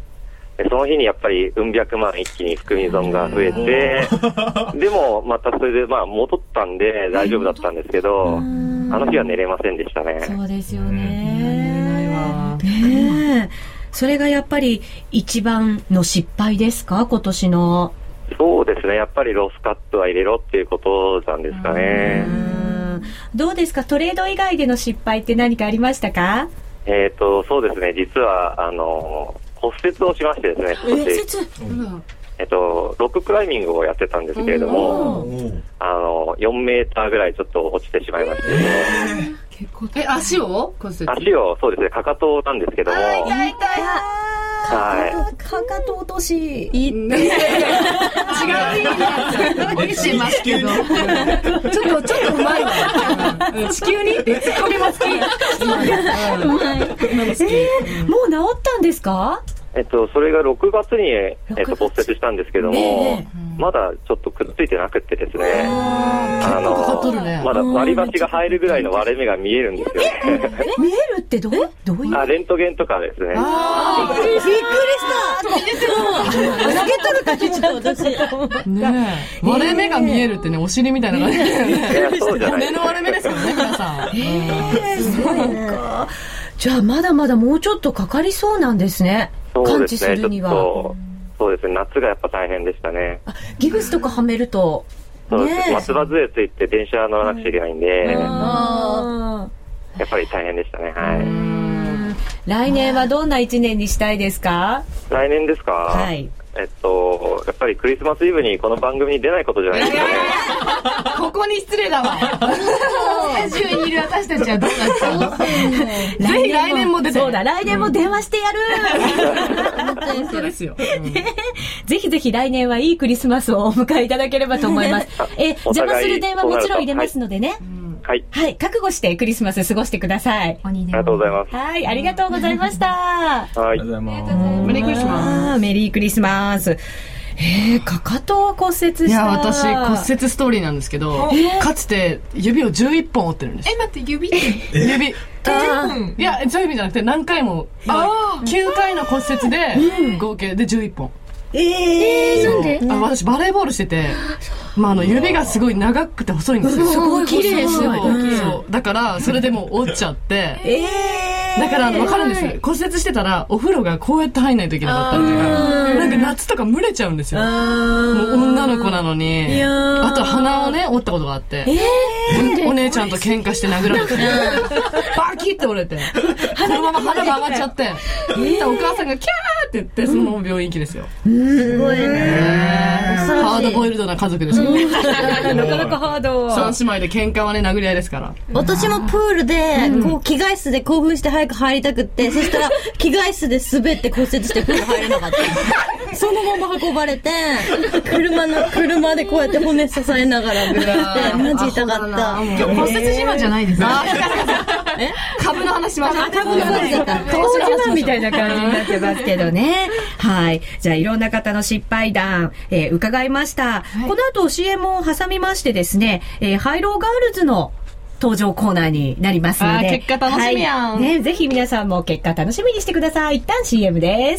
でその日にやっぱりうん百万一気に含み損が増えてでもまたそれでまあ戻ったんで大丈夫だったんですけど、あの日は寝れませんでしたね。 そうですよね。ねえ、それがやっぱり一番の失敗ですか、今年の？ そうですね、やっぱりロスカットは入れろっていうことなんですかね。 うん、どうですか、トレード以外での失敗って何かありましたか？ えーと、そうですね、実はあの骨折をしましてですね、 骨折、 えっと、ロッククライミングをやってたんですけれども、あのよんメーターぐらいちょっと落ちてしまいまして、ね、 結構え足を骨折？ 足を、そうですね、かかとなんですけども、 痛い痛い、 はい、 かかと落とし、 いい違う意味落ちてますけどちょっとちょっとうまいわ地球にツッコミも好きうまい、 えー、もう治ったんですか？ えっと、それがろくがつに、えっと、骨折したんですけども、ね、まだちょっとくっついてなくってですね、あの、 ね、 まだ割り箸が入るぐらいの割れ目が見えるんですよね。 見えるってどう、どういう？ あ、レントゲンとかですね。 あー、びっくりした投げ取るかちょっと私。 ねえ、割れ目が見えるってね、お尻みたいな感じだよね。 いや、そうじゃない。 骨の割れ目ですよね、皆さん。 えー、そうか。じゃあまだまだもうちょっとかかりそうなんですね。 そうですね、 感知するには。 ちょっとそうですね、夏がやっぱ大変でしたね。 あ、ギブスとかはめると、 そうです、松葉杖ついて電車乗らなくちゃいけないんで、 うん、 やっぱり大変でしたね。はい。 うん、来年はどんないちねんにしたいですか？ 来年ですか？ はい。 えっと、やっぱりクリスマスイブにこの番組に出ないことじゃないですかね。 ここ供に失礼だわ。 スタジオにいる私たちはどうなっちゃうの？ ぜひ来年も出て。 そうだ、来年も電話してやる。 本当ですよ。 ぜひぜひ来年はいいクリスマスをお迎えいただければと思います。え、邪魔する電話もちろん入れますのでね。 はい。 はい。覚悟してクリスマス過ごしてください。 ありがとうございます。 はい。ありがとうございました。 はい。 ありがとうございます。 メリークリスマス。 メリークリスマス。えー、かかとを骨折した。いや、私骨折ストーリーなんですけど、えー、かつて指をじゅういっぽん折ってるんです。 え、待って、指って指。いや、そういう意味じゃなくて何回も、まあ、きゅうかいの骨折で、合計でじゅういっぽん。 えー、 なんで？ あ、私バレーボールしてて、まあ、あの指がすごい長くて細いんですよ。 すごい綺麗ですよ。 そう。だからそれでもう折っちゃって、えー、だから分かるんです。骨折してたらお風呂がこうやって入んないといけなかったりとか、なんか夏とか蒸れちゃうんですよ。もう女の子なのに。あと鼻をね折ったことがあって、えー、お姉ちゃんと喧嘩して殴られて、バキって折れて、そのまま鼻が上がっちゃって、お母さんがキャーって言ってそのまま病院行きですよ。 すごいね。 ハードボイルドな家族ですよ。 なかなかハード。 三姉妹で喧嘩はね殴り合いですから。 私もプールでこう着替え室で興奮して早く入りたくって、そしたら着替え室で滑って骨折してプール入れなかった。そのまま運ばれて車の車でこうやって骨支えながらぐらってマジ痛かった。 今日骨折自慢じゃないですね。 え株の話しましょう。 株の話だった。 投資自慢みたいな感じになってますけどね。はい。じゃあいろんな方の失敗談、えー、伺いました。はい、この後 シーエム を挟みましてですね、えー、ハイローガールズの登場コーナーになりますので、 結果楽しみやん、 はいね、ぜひ皆さんも結果楽しみにしてください。一旦 シーエム です。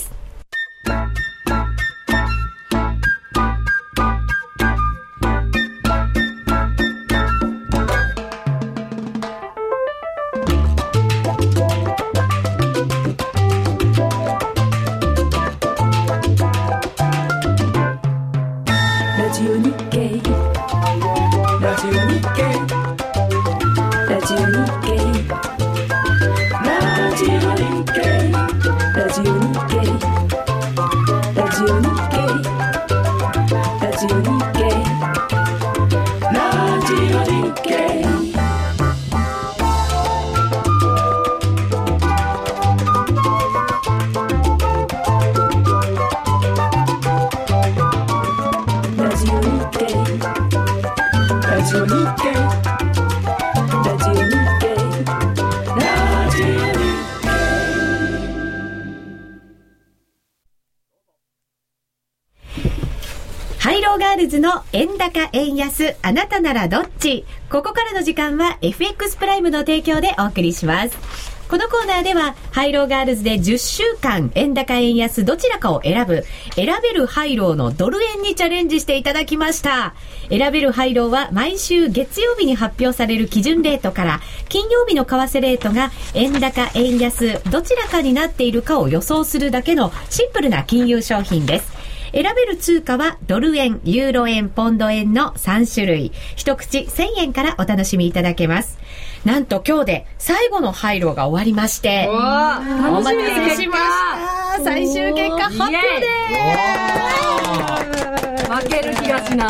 ガールズの円高円安あなたならどっち。ここからの時間は エフエックス プライムの提供でお送りします。このコーナーではハイローガールズでじゅっしゅうかん円高円安どちらかを選ぶ選べるハイローのドル円にチャレンジしていただきました。選べるハイローは毎週月曜日に発表される基準レートから金曜日の為替レートが円高円安どちらかになっているかを予想するだけのシンプルな金融商品です。選べる通貨はドル円、ユーロ円、ポンド円のさんしゅるい。一口せんえんからお楽しみいただけます。なんと今日で最後のハイローが終わりまして、お待たせしました。最終結果発表です。 負ける気がしない。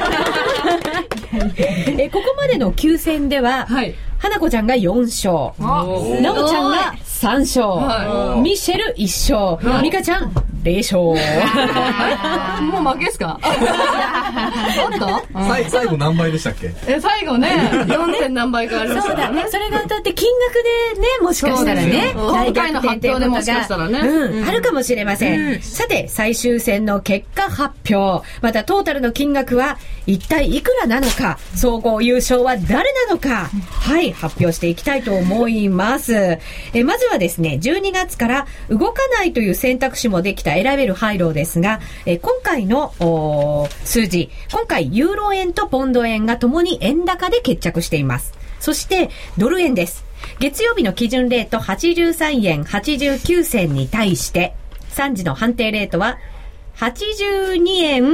えここまでのきゅう戦では、はい、花子ちゃんがよんしょう、なおちゃんがさんしょう、はい、ミシェルいっしょう、ミカちゃんゼロしょう。 もう負けですか？おっと最後何倍でしたっけ？ え最後ね よん. 点何倍かありましたね。そうだ、それがだって金額でね、もしかしたらね、 今回の発表でもしかしたらね、 うん、あるかもしれません、うん、さて最終戦の結果発表、またトータルの金額は一体いくらなのか、総合優勝は誰なのか、はい発表していきたいと思います。えまずはですね、じゅうにがつから動かないという選択肢もできた選べるハイローですが、え今回の数字、今回ユーロ円とポンド円がともに円高で決着しています。そしてドル円です。月曜日の基準レートはちじゅうさんえんはちじゅうきゅうせんに対してさんじの判定レートははちじゅうにえん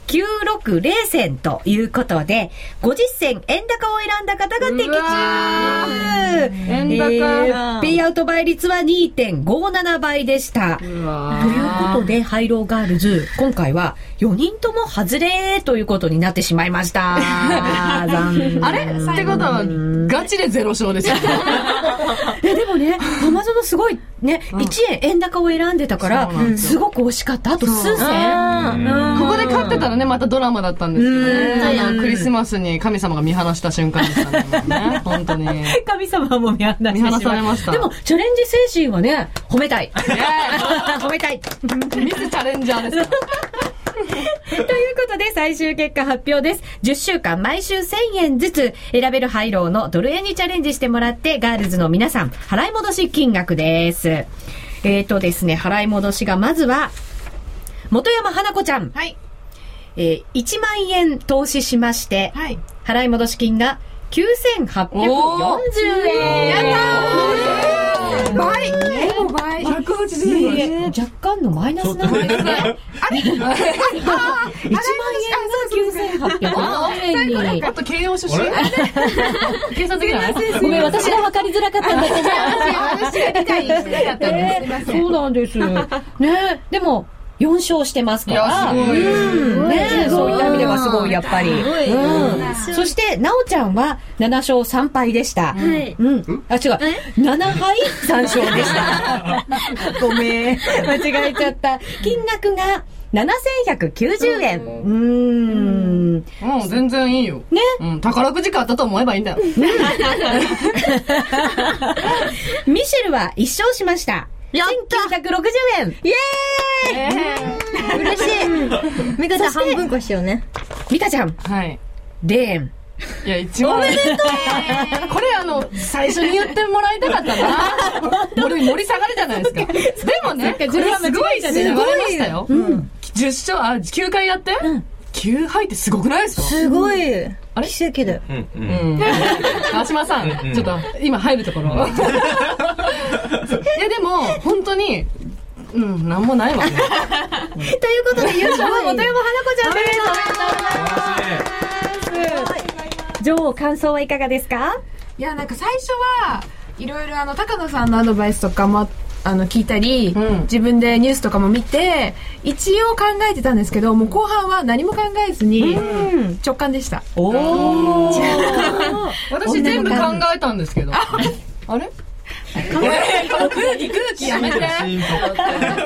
きゅうろくぜろ銭ということで、ごじゅっ銭円高を選んだ方が的中。 円高、 えー、ペイアウト倍率は にてんごなな 倍でした。ということで、ハイローガールズ、今回はよにんとも外れということになってしまいました。残念。 あれってことは、ガチでゼロ勝ですよ。 いやでもね、アマゾンのすごいね、うん、いちえん円高を選んでたから、すごく惜しかった。あと数銭。 ここで勝ってたらね、またドラマだったんですけどね。あのクリスマスに神様が見放した瞬間でしたね。本当に。 神様も見放してしま見放されました。 でも、チャレンジ精神はね、褒めたい。褒めたい。 ミスチャレンジャーですか。 ということで最終結果発表です。じゅっしゅうかん毎週せんえんずつ選べるハイローのドル円にチャレンジしてもらって、ガールズの皆さん払い戻し金額です。えーとですね、払い戻しがまずは本山花子ちゃん、はい、えー、いちまんえん投資しまして、はい、払い戻し金がきゅうせんはっぴゃくよんじゅうえん。やったー、倍、えー、倍ひゃくはちじゅうえん、 若干のマイナスなんですね。あれいちまんえんがきゅうせんはっぴゃくよんじゅうえんに。 あと慶応出身計算できない？ ごめん、私が分かりづらかったんだけど。 私が理解しなかったんです。 そうなんです。ね、でも、よん勝してますから。 いや、すごい。 うん、ね、そういった意味ではすごい、やっぱり。うん。そして、なおちゃんはなな勝さん敗でした。はい。うん。あ、違う。なな敗さん勝でした。ごめん。間違えちゃった。金額がななせんひゃくきゅうじゅうえん。うーん。 もう全然いいよ。ね。うん。宝くじ買ったと思えばいいんだよ。 ミシェルはいち勝しました。せんきゅうひゃくろくじゅうえん。イエーイ、 嬉しい。ミカちゃん半分こしようね。 ミカちゃん。 はい。 れいえん。 いや、一番。おめでとう。これあの、最初に言ってもらいたかったな。盛り、盛り下がるじゃないですか。でもね、これすごいじゃね、流れましたよ。うん。じゅっ勝、あ、きゅうかいやって、うん、きゅう敗ってすごくないですか？ すごい。あれ奇跡だよ。うん。 うん。川島さん、ちょっと、今入るところ。いや、でも、本当に、うん、なんもないわね。ということで、優勝は本山花子ちゃんです。おめでとうございます。女王、感想はいかがですか？ いや、なんか最初は、いろいろあの、高野さんのアドバイスとかも、あの、聞いたり、うん、自分でニュースとかも見て、一応考えてたんですけど、もう後半は何も考えずに、うん、直感でした。 おー。私全部考えたんですけど。あれ空気空気やめて。はい、 表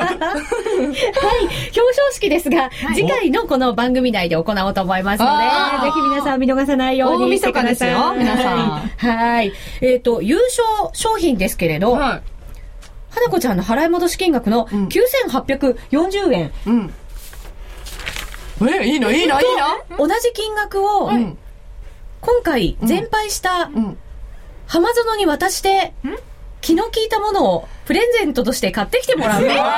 彰式ですが、はい、次回のこの番組内で行おうと思いますので、ぜひ皆さん見逃さないようにしてください。 大晦日ですよ、皆さん。 はい。えっと、優勝商品ですけれど、はい、花子ちゃんの払い戻し金額のきゅうせんはっぴゃくよんじゅうえん。うん。 え、いいのいいのいいの同じ金額を、うん、今回全敗した、うん、浜園に渡して、ん気の利いたものをプレゼントとして買ってきてもらう。え、ちょ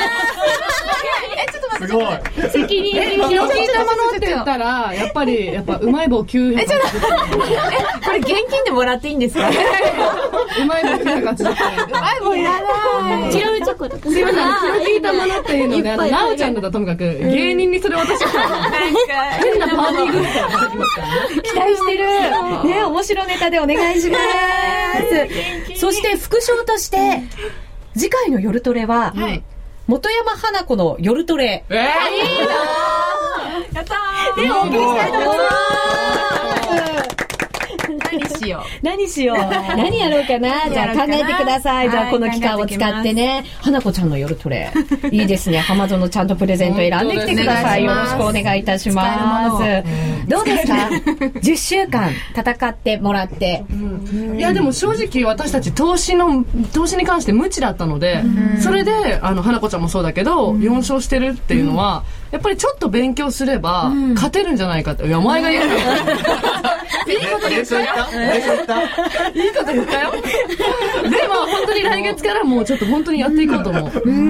っと待って。すごい。責任。 え、気の利いたものって言ったら、やっぱり、やっぱ、うまい棒きゅうひゃく。え、ちょっと待って。 え、これ現金でもらっていいんですか？ うまい棒きゅうひゃくはちじゅっえん。 うまい棒いらない。 チロルチョコとか。 すいません、気の利いたものっていうので、あの、なおちゃんだとともかく、芸人にそれ渡しちゃったら、変なパーティーグッズが出てきますからね。 期待してる。ね、面白ネタでお願いします。そして、副賞として、次回の夜トレは、はい、本山花子の夜トレ。えー、いいなー、やったー。で、お送りしたいと思います。 何しよう。 何しよう。何やろうかな。じゃあ考えてください。じゃあこの期間を使ってね。花子ちゃんの夜トレ。いいですね。浜園ちゃんとプレゼント選んできてください。よろしくお願いいたします。どうですか？じゅっしゅうかん戦ってもらって。 いやでも正直私たち投資の、投資に関して無知だったので、それで、あの、花子ちゃんもそうだけど、よん勝してるっていうのは、やっぱりちょっと勉強すれば、勝てるんじゃないかって。いや、お前が言うの。いいこと言ったよ。いいこと言ったよ。でも本当に来月からもうちょっと本当にやっていこうと思う。うん、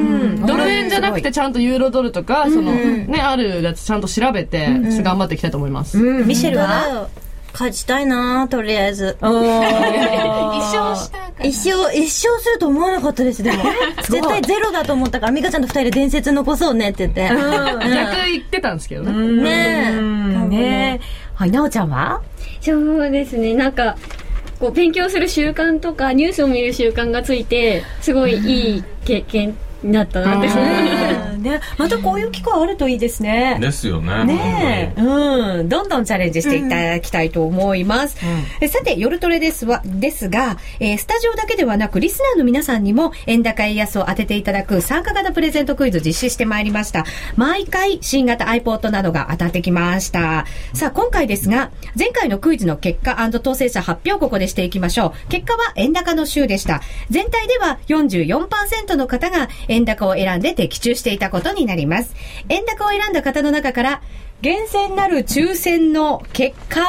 ドル円じゃなくてちゃんとユーロドルとか、そのね、あるやつちゃんと調べて頑張っていきたいと思います。 ミシェルは勝ちたいなとりあえず。 一勝したか一生一生すると思わなかったですでも絶対ゼロだと思ったから美香ちゃんと二人で伝説残そうねって言って、うん、 逆言ってたんですけどね。 ねえねえ。はい、なおちゃんは？ そうですね、なんかこう勉強する習慣とかニュースを見る習慣がついてすごいいい経験になったなってね、またこういう機会あるといいですね。 ですよね。 ねえ、うん、どんどんチャレンジしていただきたいと思います。うん、さて、夜トレですわですが、えー、スタジオだけではなくリスナーの皆さんにも円高円安を当てていただく参加型プレゼントクイズ実施してまいりました。毎回新型 iPod などが当たってきました。さあ、今回ですが、前回のクイズの結果&当選者発表をここでしていきましょう。結果は円高の週でした。全体では よんじゅうよんパーセント の方が円高を選んで的中していたことになります。円高を選んだ方の中から厳選なる抽選の結果、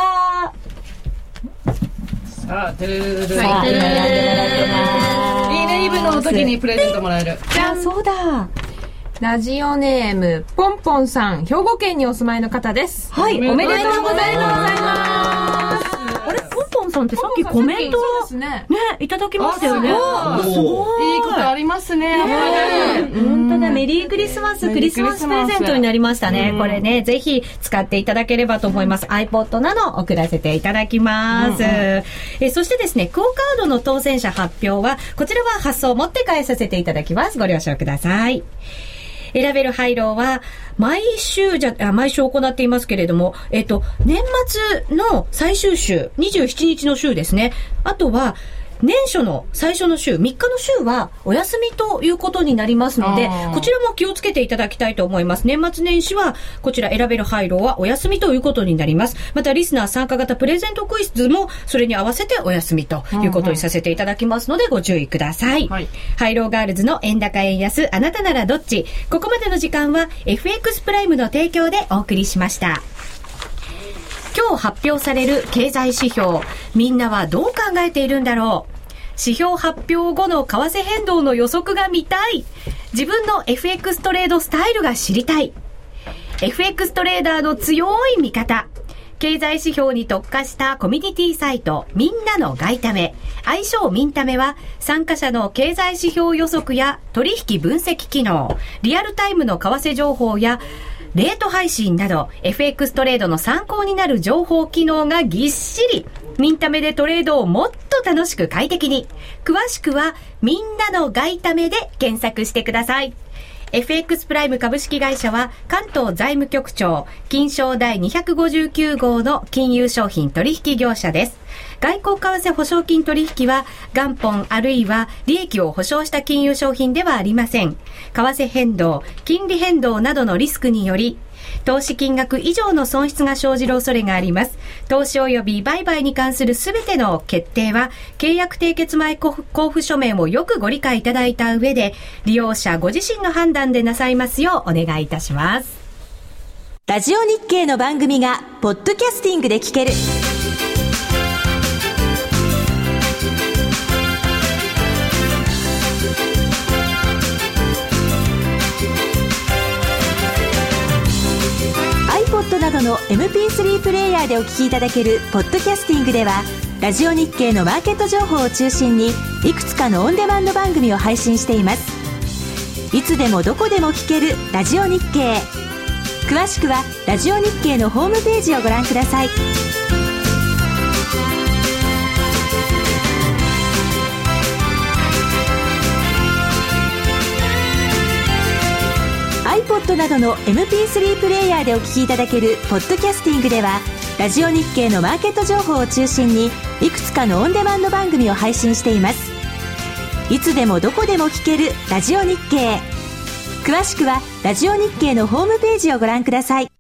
さあ、てるるるる、はい、いいね、イブの時にプレゼントもらえる。 じゃあ、そうだ。 ラジオネームポンポンさん、兵庫県にお住まいの方です。 はい、おめでとうございます。あれ、ポンポンさんってさっきコメントをね、いただきましたよね。 すごい。いいことありますね。 本当だ、メリークリスマス、クリスマスプレゼントになりましたね。これね、ぜひ使っていただければと思います。iPod など送らせていただきます。えそしてですね、クオカードの当選者発表は、こちらは発送を持って返させていただきます。ご了承ください。選べるハイローは毎週じゃあ毎週行っていますけれども、えっと年末の最終週にじゅうしちにちの週ですね。あとは年初の最初の週みっかの週はお休みということになりますので、こちらも気をつけていただきたいと思います。年末年始はこちら選べるハイローはお休みということになります。またリスナー参加型プレゼントクイズもそれに合わせてお休みということにさせていただきますのでご注意ください。はい、ハイローガールズの円高円安、あなたならどっち？ここまでの時間は エフエックス プライムの提供でお送りしました。今日発表される経済指標、みんなはどう考えているんだろう。指標発表後の為替変動の予測が見たい。自分の エフエックス トレードスタイルが知りたい。エフエックス トレーダーの強い味方。経済指標に特化したコミュニティサイト、みんなの外為。愛称ミンタメは、参加者の経済指標予測や取引分析機能、リアルタイムの為替情報やレート配信など エフエックス トレードの参考になる情報機能がぎっしり。ミンタメでトレードをもっと楽しく快適に。詳しくはみんなの外為で検索してください。エフエックス プライム株式会社は関東財務局長金商第にひゃくごじゅうきゅう号の金融商品取引業者です。外国為替保証金取引は元本あるいは利益を保証した金融商品ではありません。為替変動、金利変動などのリスクにより投資金額以上の損失が生じる恐れがあります。投資及び売買に関するすべての決定は契約締結前交付書面をよくご理解いただいた上で利用者ご自身の判断でなさいますようお願いいたします。 ラジオ日経の番組がポッドキャスティングで聞ける。iPod などの エムピースリー プレイヤーでお聞きいただけるポッドキャスティングでは、ラジオ日経のマーケット情報を中心にいくつかのオンデマンド番組を配信しています。いつでもどこでも聞けるラジオ日経。詳しくはラジオ日経のホームページをご覧ください。iPod などの エムピースリー プレイヤーでお聞きいただけるポッドキャスティングでは、ラジオ日経のマーケット情報を中心にいくつかのオンデマンド番組を配信しています。いつでもどこでも聞けるラジオ日経。詳しくはラジオ日経のホームページをご覧ください。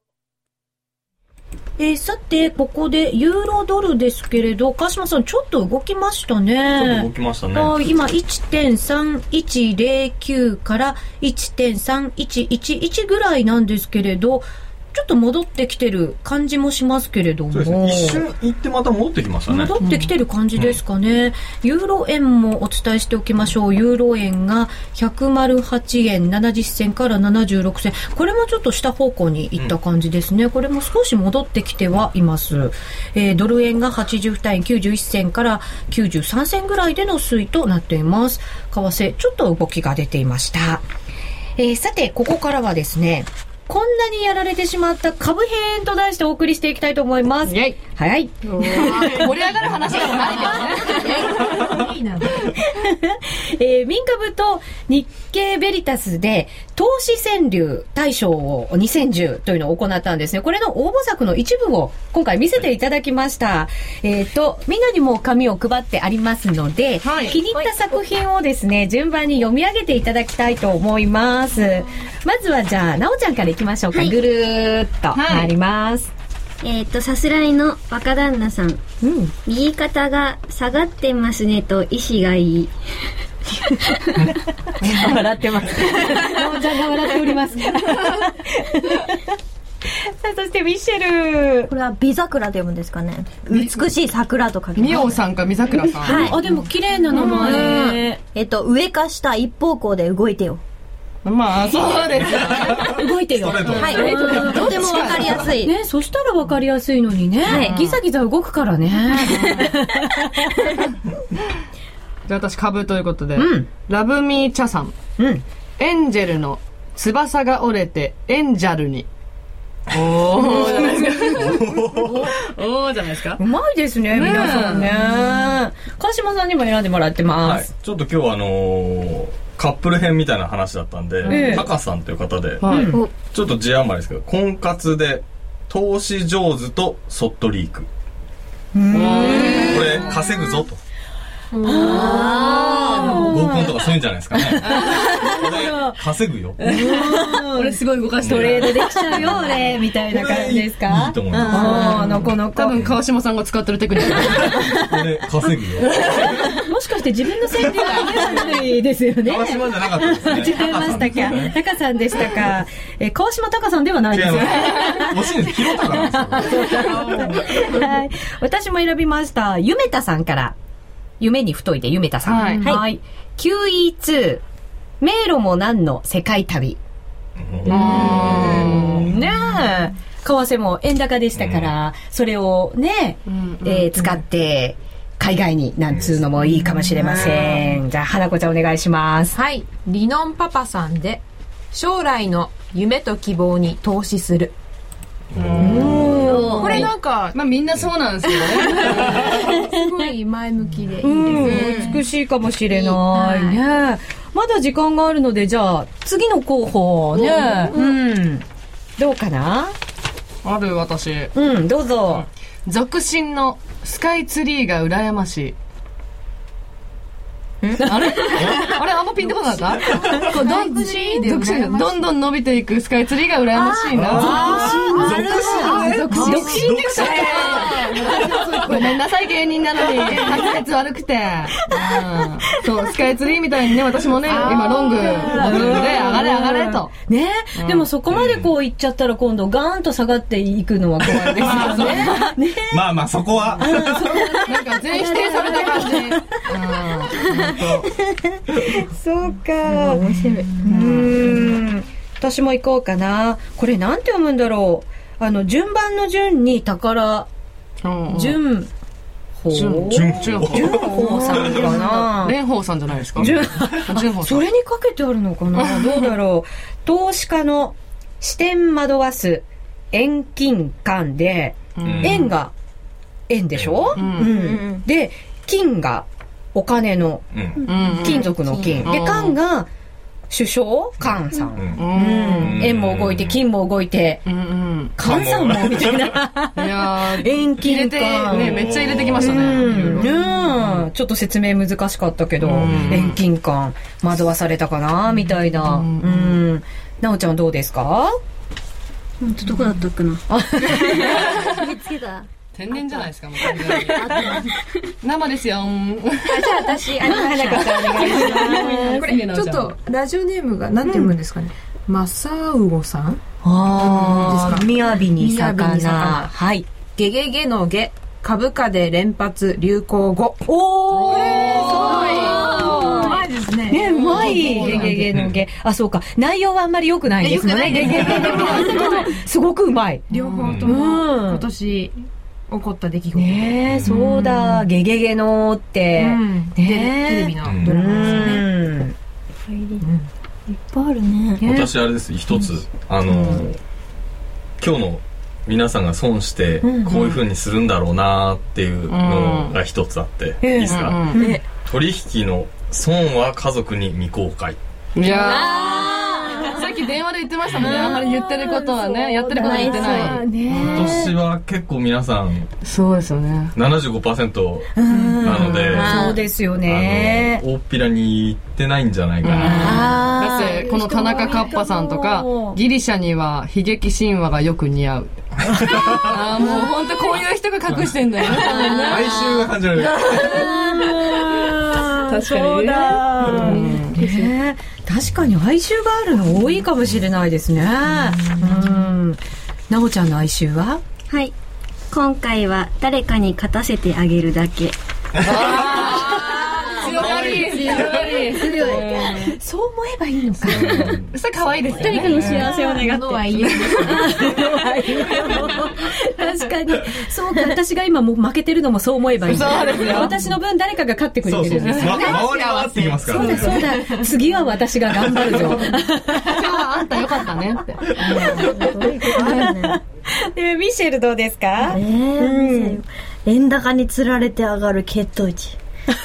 えー、さてここでユーロドルですけれど、川島さんちょっと動きましたね。 ちょっと動きましたね。 あ、今 いってんさんいちゼロきゅう から いってんさんいちいちいち ぐらいなんですけれど、 ちょっと戻ってきてる感じもしますけれども。 そうですね。一瞬行ってまた戻ってきましたね。 戻ってきてる感じですかね。うん、ユーロ円もお伝えしておきましょう。ユーロ円がひゃくはちえんななじゅっせんからななじゅうろくせん。これもちょっと下方向に行った感じですね。うん、これも少し戻ってきてはいます。えー、ドル円がはちじゅうにえんきゅうじゅういっせんからきゅうじゅうさんせんぐらいでの推移となっています。為替ちょっと動きが出ていました。えー、さてここからはですね、こんなにやられてしまった株編と題してお送りしていきたいと思います。はい。はい。 盛り上がる話でもないけどね。いいな。 えー、民株と日経ベリタスで投資川柳大賞をにせんじゅうというのを行ったんですね。これの応募作の一部を今回見せていただきました。えっと、みんなにも紙を配ってありますので、はい、気に入った作品をですね、順番に読み上げていただきたいと思います。まずはじゃあ、なおちゃんからいきましょうか。はい、ぐるーっと回ります。 はい、えっと、さすらいの若旦那さん。うん、右肩が下がってますねと意志がいい。 笑ってます。なおちゃんが笑っております。さあ、そしてミッシェル。 これは美桜で読むんですかね。美しい桜と書きます。 みおさんか美桜さん。 はい。あ、でも綺麗な名前。 えっと、上か下一方向で動いてよ。 まあ、そうですよね。動いてよ。 はい。とてもわかりやすい。 ね、そしたらわかりやすいのにね。はい。ギザギザ動くからね。 じゃあ私株ということで、うん、ラブミーチャさん、うん、エンジェルの翼が折れてエンジャルに。おーじゃないですか。おーじゃないですか。 うまいですね、皆さんね。川島さんにも選んでもらってます。 はい、ちょっと今日はあのー、カップル編みたいな話だったんで、えー、タカさんという方で、はい、ちょっと字余りですけど、婚活で投資上手とそっとリーク。これ稼ぐぞと。あ合コンとかそういうんじゃないですかね。俺稼ぐよ。 俺すごい動かしてトレードできちゃうよ俺みたいな感じですか。 いいと思います。 なかなか多分川島さんが使ってるテクニック。 俺稼ぐよ。 もしかして自分の戦略がないですよね。 川島じゃなかったですね。 違いましたか。タカさんでしたか。え川島タカさんではないですよ。 もしね広田なんですよ。 はい。私も選びました。ゆめたさんから。夢に太いでゆめたさん。はい。はい、キューイーツー 迷路もなんの世界旅。うーんねえ。為替も円高でしたから、それをね、えー、使って海外になんつうのもいいかもしれません。じゃあ花子ちゃんお願いします。 はい。リノンパパさんで将来の夢と希望に投資する。これなんか、 まあみんなそうなんですよね。 すごい前向きでいいですね。美しいかもしれないね。はい、まだ時間があるので、じゃあ次の候補ね、うん、うん、どうかな。 ある私。 うん、どうぞ。 俗信のスカイツリーが羨ましい。あれあれあんまピンとこなかった？ どんどんどん伸びていくスカイツリーが羨ましいな。 独身独身でしたね。 ごめんなさい芸人なのに滑舌悪くて、うん、そうスカイツリーみたいにね私もね今ロングの分で上がれ上がれとね、うん、でもそこまでこういっちゃったら今度ガーンと下がっていくのは怖いですよね。ねまあまあそこはなんか全否定された感じ。うんそうか。面白い。うん。私も行こうかな。これなんて読むんだろう。あの順番の順に宝順宝順順宝さんかな。 蓮舫さんじゃないですか。 順それにかけてあるのかな。どうだろう。投資家の視点惑わす遠近感で、円が円でしょ。うんうん、で金がお金の、うん、金属の金、うん、で缶が首相菅さん、うんうん、円も動いて金も動いて、うん、菅さんもみたいな。いや遠近感ねめっちゃ入れてきましたね。 うんうん、ちょっと説明難しかったけど、うん、遠近感惑わされたかなみたいな。うんうん、なおちゃんどうですか？ 本当どこだったっけな。見つけた。 天然じゃないですかもう生ですよ。あじゃあ私あの花子さんお願いします。 これちょっとラジオネームがなんて読むんですかね。マサウゴさんああ、みやびに魚。 はい。ゲゲゲのゲ、株価で連発流行語。 おー、 うまいですね。 ね、うまい。ゲゲゲのゲ。あ、そうか。内容はあんまり良くないですもんね。ゲゲゲでもすごくうまい。 両方とも今年起こった出来事。 ねえ、そうだ。ゲゲゲのって。 テレビのドラマですね。 いっぱいあるね。 私あれです、一つ、あの、今日の皆さんが損してこういう風にするんだろうなっていうのが一つあって、いいですか？取引の損は家族に未公開。 いやー、さっき電話で言ってましたもんね。あんまり言ってることはね、やってることは言ってない。 今年は結構皆さんそうですよね、 ななじゅうごパーセント なので、 そうですよね、 大っぴらに言ってないんじゃないかな。 だってこの田中カッパさんとか、ギリシャには悲劇神話がよく似合う。ああ、もう本当こういう人が隠してんだよね。 哀愁が感じられる。 確かにそうだ、ね、確かに哀愁があるの多いかもしれないですね。うん。なおちゃんの哀愁は？ はい、今回は誰かに勝たせてあげるだけ。 強がり強がり強い。そう思えばいいのか。 それ可愛いですよね。 誰かの幸せを願って。 のはいいですね。 確かに。そうか、私が今もう負けてるのもそう思えばいい。 そうですよ。 私の分誰かが勝ってくれてるんですよね。 周りは合ってきますから。 そうだそうだ。次は私が頑張るぞ。 今日はあんたよかったねって。 で、ミシェルどうですか？ えー、円高につられて上がる血糖値。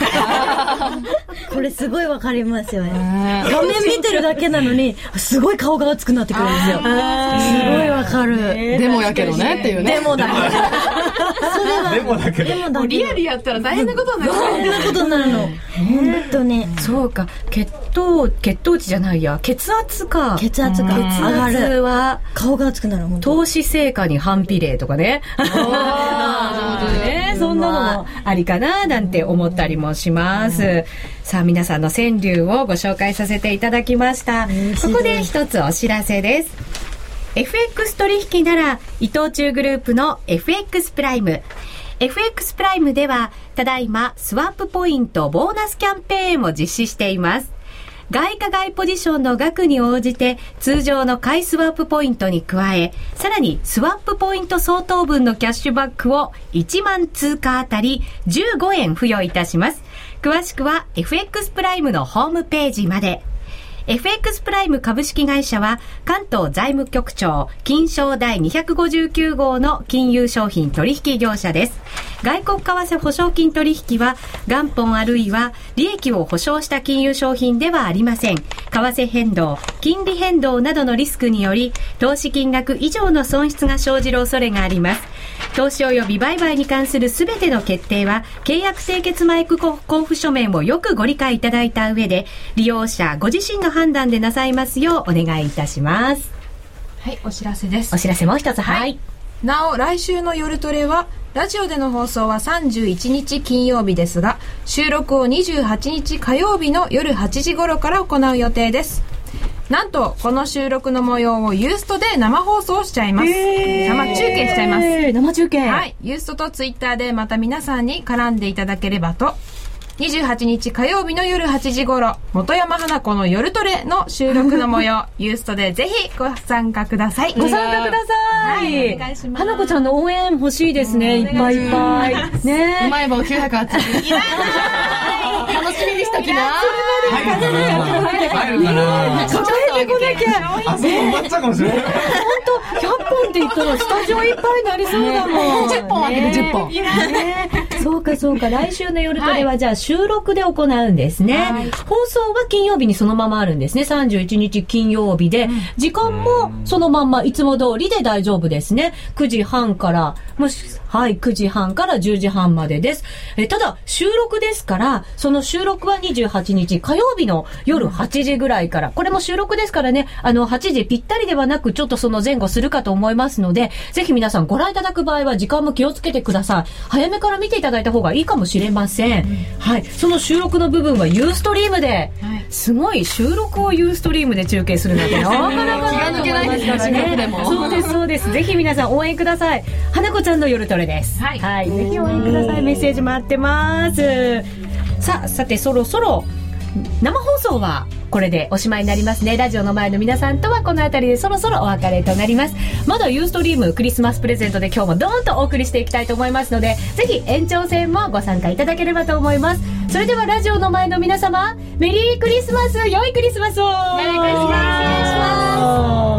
これすごいわかりますよね。画面見てるだけなのにすごい顔が熱くなってくるんですよ。すごいわかる。 でもやけどねっていうね。 でもだでもだけど。 でもだけど。 リアルやったら大変なことになる。 大変なことになるの。本当ね。 そうか、血糖血糖値じゃないや、血圧か。 血圧が上がる。 血圧は顔が熱くなる。 投資成果に反比例とかね。ああ、ね、そんなのもありかななんて思ったりもします。さあ、皆さんの川柳をご紹介させていただきました。ここで一つお知らせです。エフエックス 取引なら伊藤忠グループの エフエックス プライム。エフエックス プライムではただいまスワップポイントボーナスキャンペーンを実施しています。外貨買いポジションの額に応じて通常の買いスワップポイントに加え、さらにスワップポイント相当分のキャッシュバックをいちまん通貨あたりじゅうごえん付与いたします。詳しくは エフエックス プライムのホームページまで。エフエックス プライム株式会社は関東財務局長金商第にひゃくごじゅうきゅう号の金融商品取引業者です。外国為替保証金取引は元本あるいは利益を保証した金融商品ではありません。為替変動、金利変動などのリスクにより投資金額以上の損失が生じる恐れがあります。投資及び売買に関するすべての決定は契約締結前交付書面をよくご理解いただいた上で利用者ご自身の判断でなさいますようお願いいたします。 はい、お知らせです。 お知らせもう一つ。はい、はい、 なお来週の夜トレはラジオでの放送はさんじゅういちにち金曜日ですが、収録をにじゅうはちにち火曜日の夜はちじ頃から行う予定です。なんとこの収録の模様をユーストで生放送しちゃいます。生中継しちゃいます。 生中継。 はい、ユーストとツイッターでまた皆さんに絡んでいただければと。にじゅうはちにち火曜日の夜はちじ頃、本山花子の夜トレの収録の模様、ユーストでぜひご参加ください。 ご参加ください。はい、お願いします。花子ちゃんの応援欲しいですね。いっぱいいっぱい。ね。 うまい棒きゅうひゃくはちじゅう。楽しみにしときな。 入るかな入るかな抱えてこなきゃ。 あ、そう終わっちゃうかもしれない。 本当ひゃっぽんって言ったらスタジオいっぱいになりそうだもん。 じゅっぽんあげるじゅっぽん。 そうかそうか。来週の夜トレはじゃあ収録で行うんですね。放送は金曜日にそのままあるんですね。さんじゅういちにち金曜日で、時間もそのまんまいつも通りで大丈夫ですね。くじはんから、もしはい、くじはんからじゅうじはんまでです。えただ、収録ですから、その収録はにじゅうはちにち火曜日の夜はちじぐらいから、これも収録ですからね、あの、はちじぴったりではなく、ちょっとその前後するかと思いますので、ぜひ皆さんご覧いただく場合は時間も気をつけてください。早めから見ていただいた方がいいかもしれません。うん、はい、その収録の部分はユーストリームで、はい、すごい収録をユーストリームで中継するなんて、なかなか気が抜けないですからね。そうです、そうです。ぜひ皆さん応援ください。花子ちゃんの夜トレです。はい、はい、ぜひ応援ください。メッセージ待ってます。さあ、さてそろそろ生放送はこれでおしまいになりますね。ラジオの前の皆さんとはこの辺りでそろそろお別れとなります。まだユーストリームクリスマスプレゼントで今日もドーンとお送りしていきたいと思いますので、ぜひ延長戦もご参加いただければと思います。それではラジオの前の皆様、メリークリスマス、良いクリスマスを。メリークリスマス。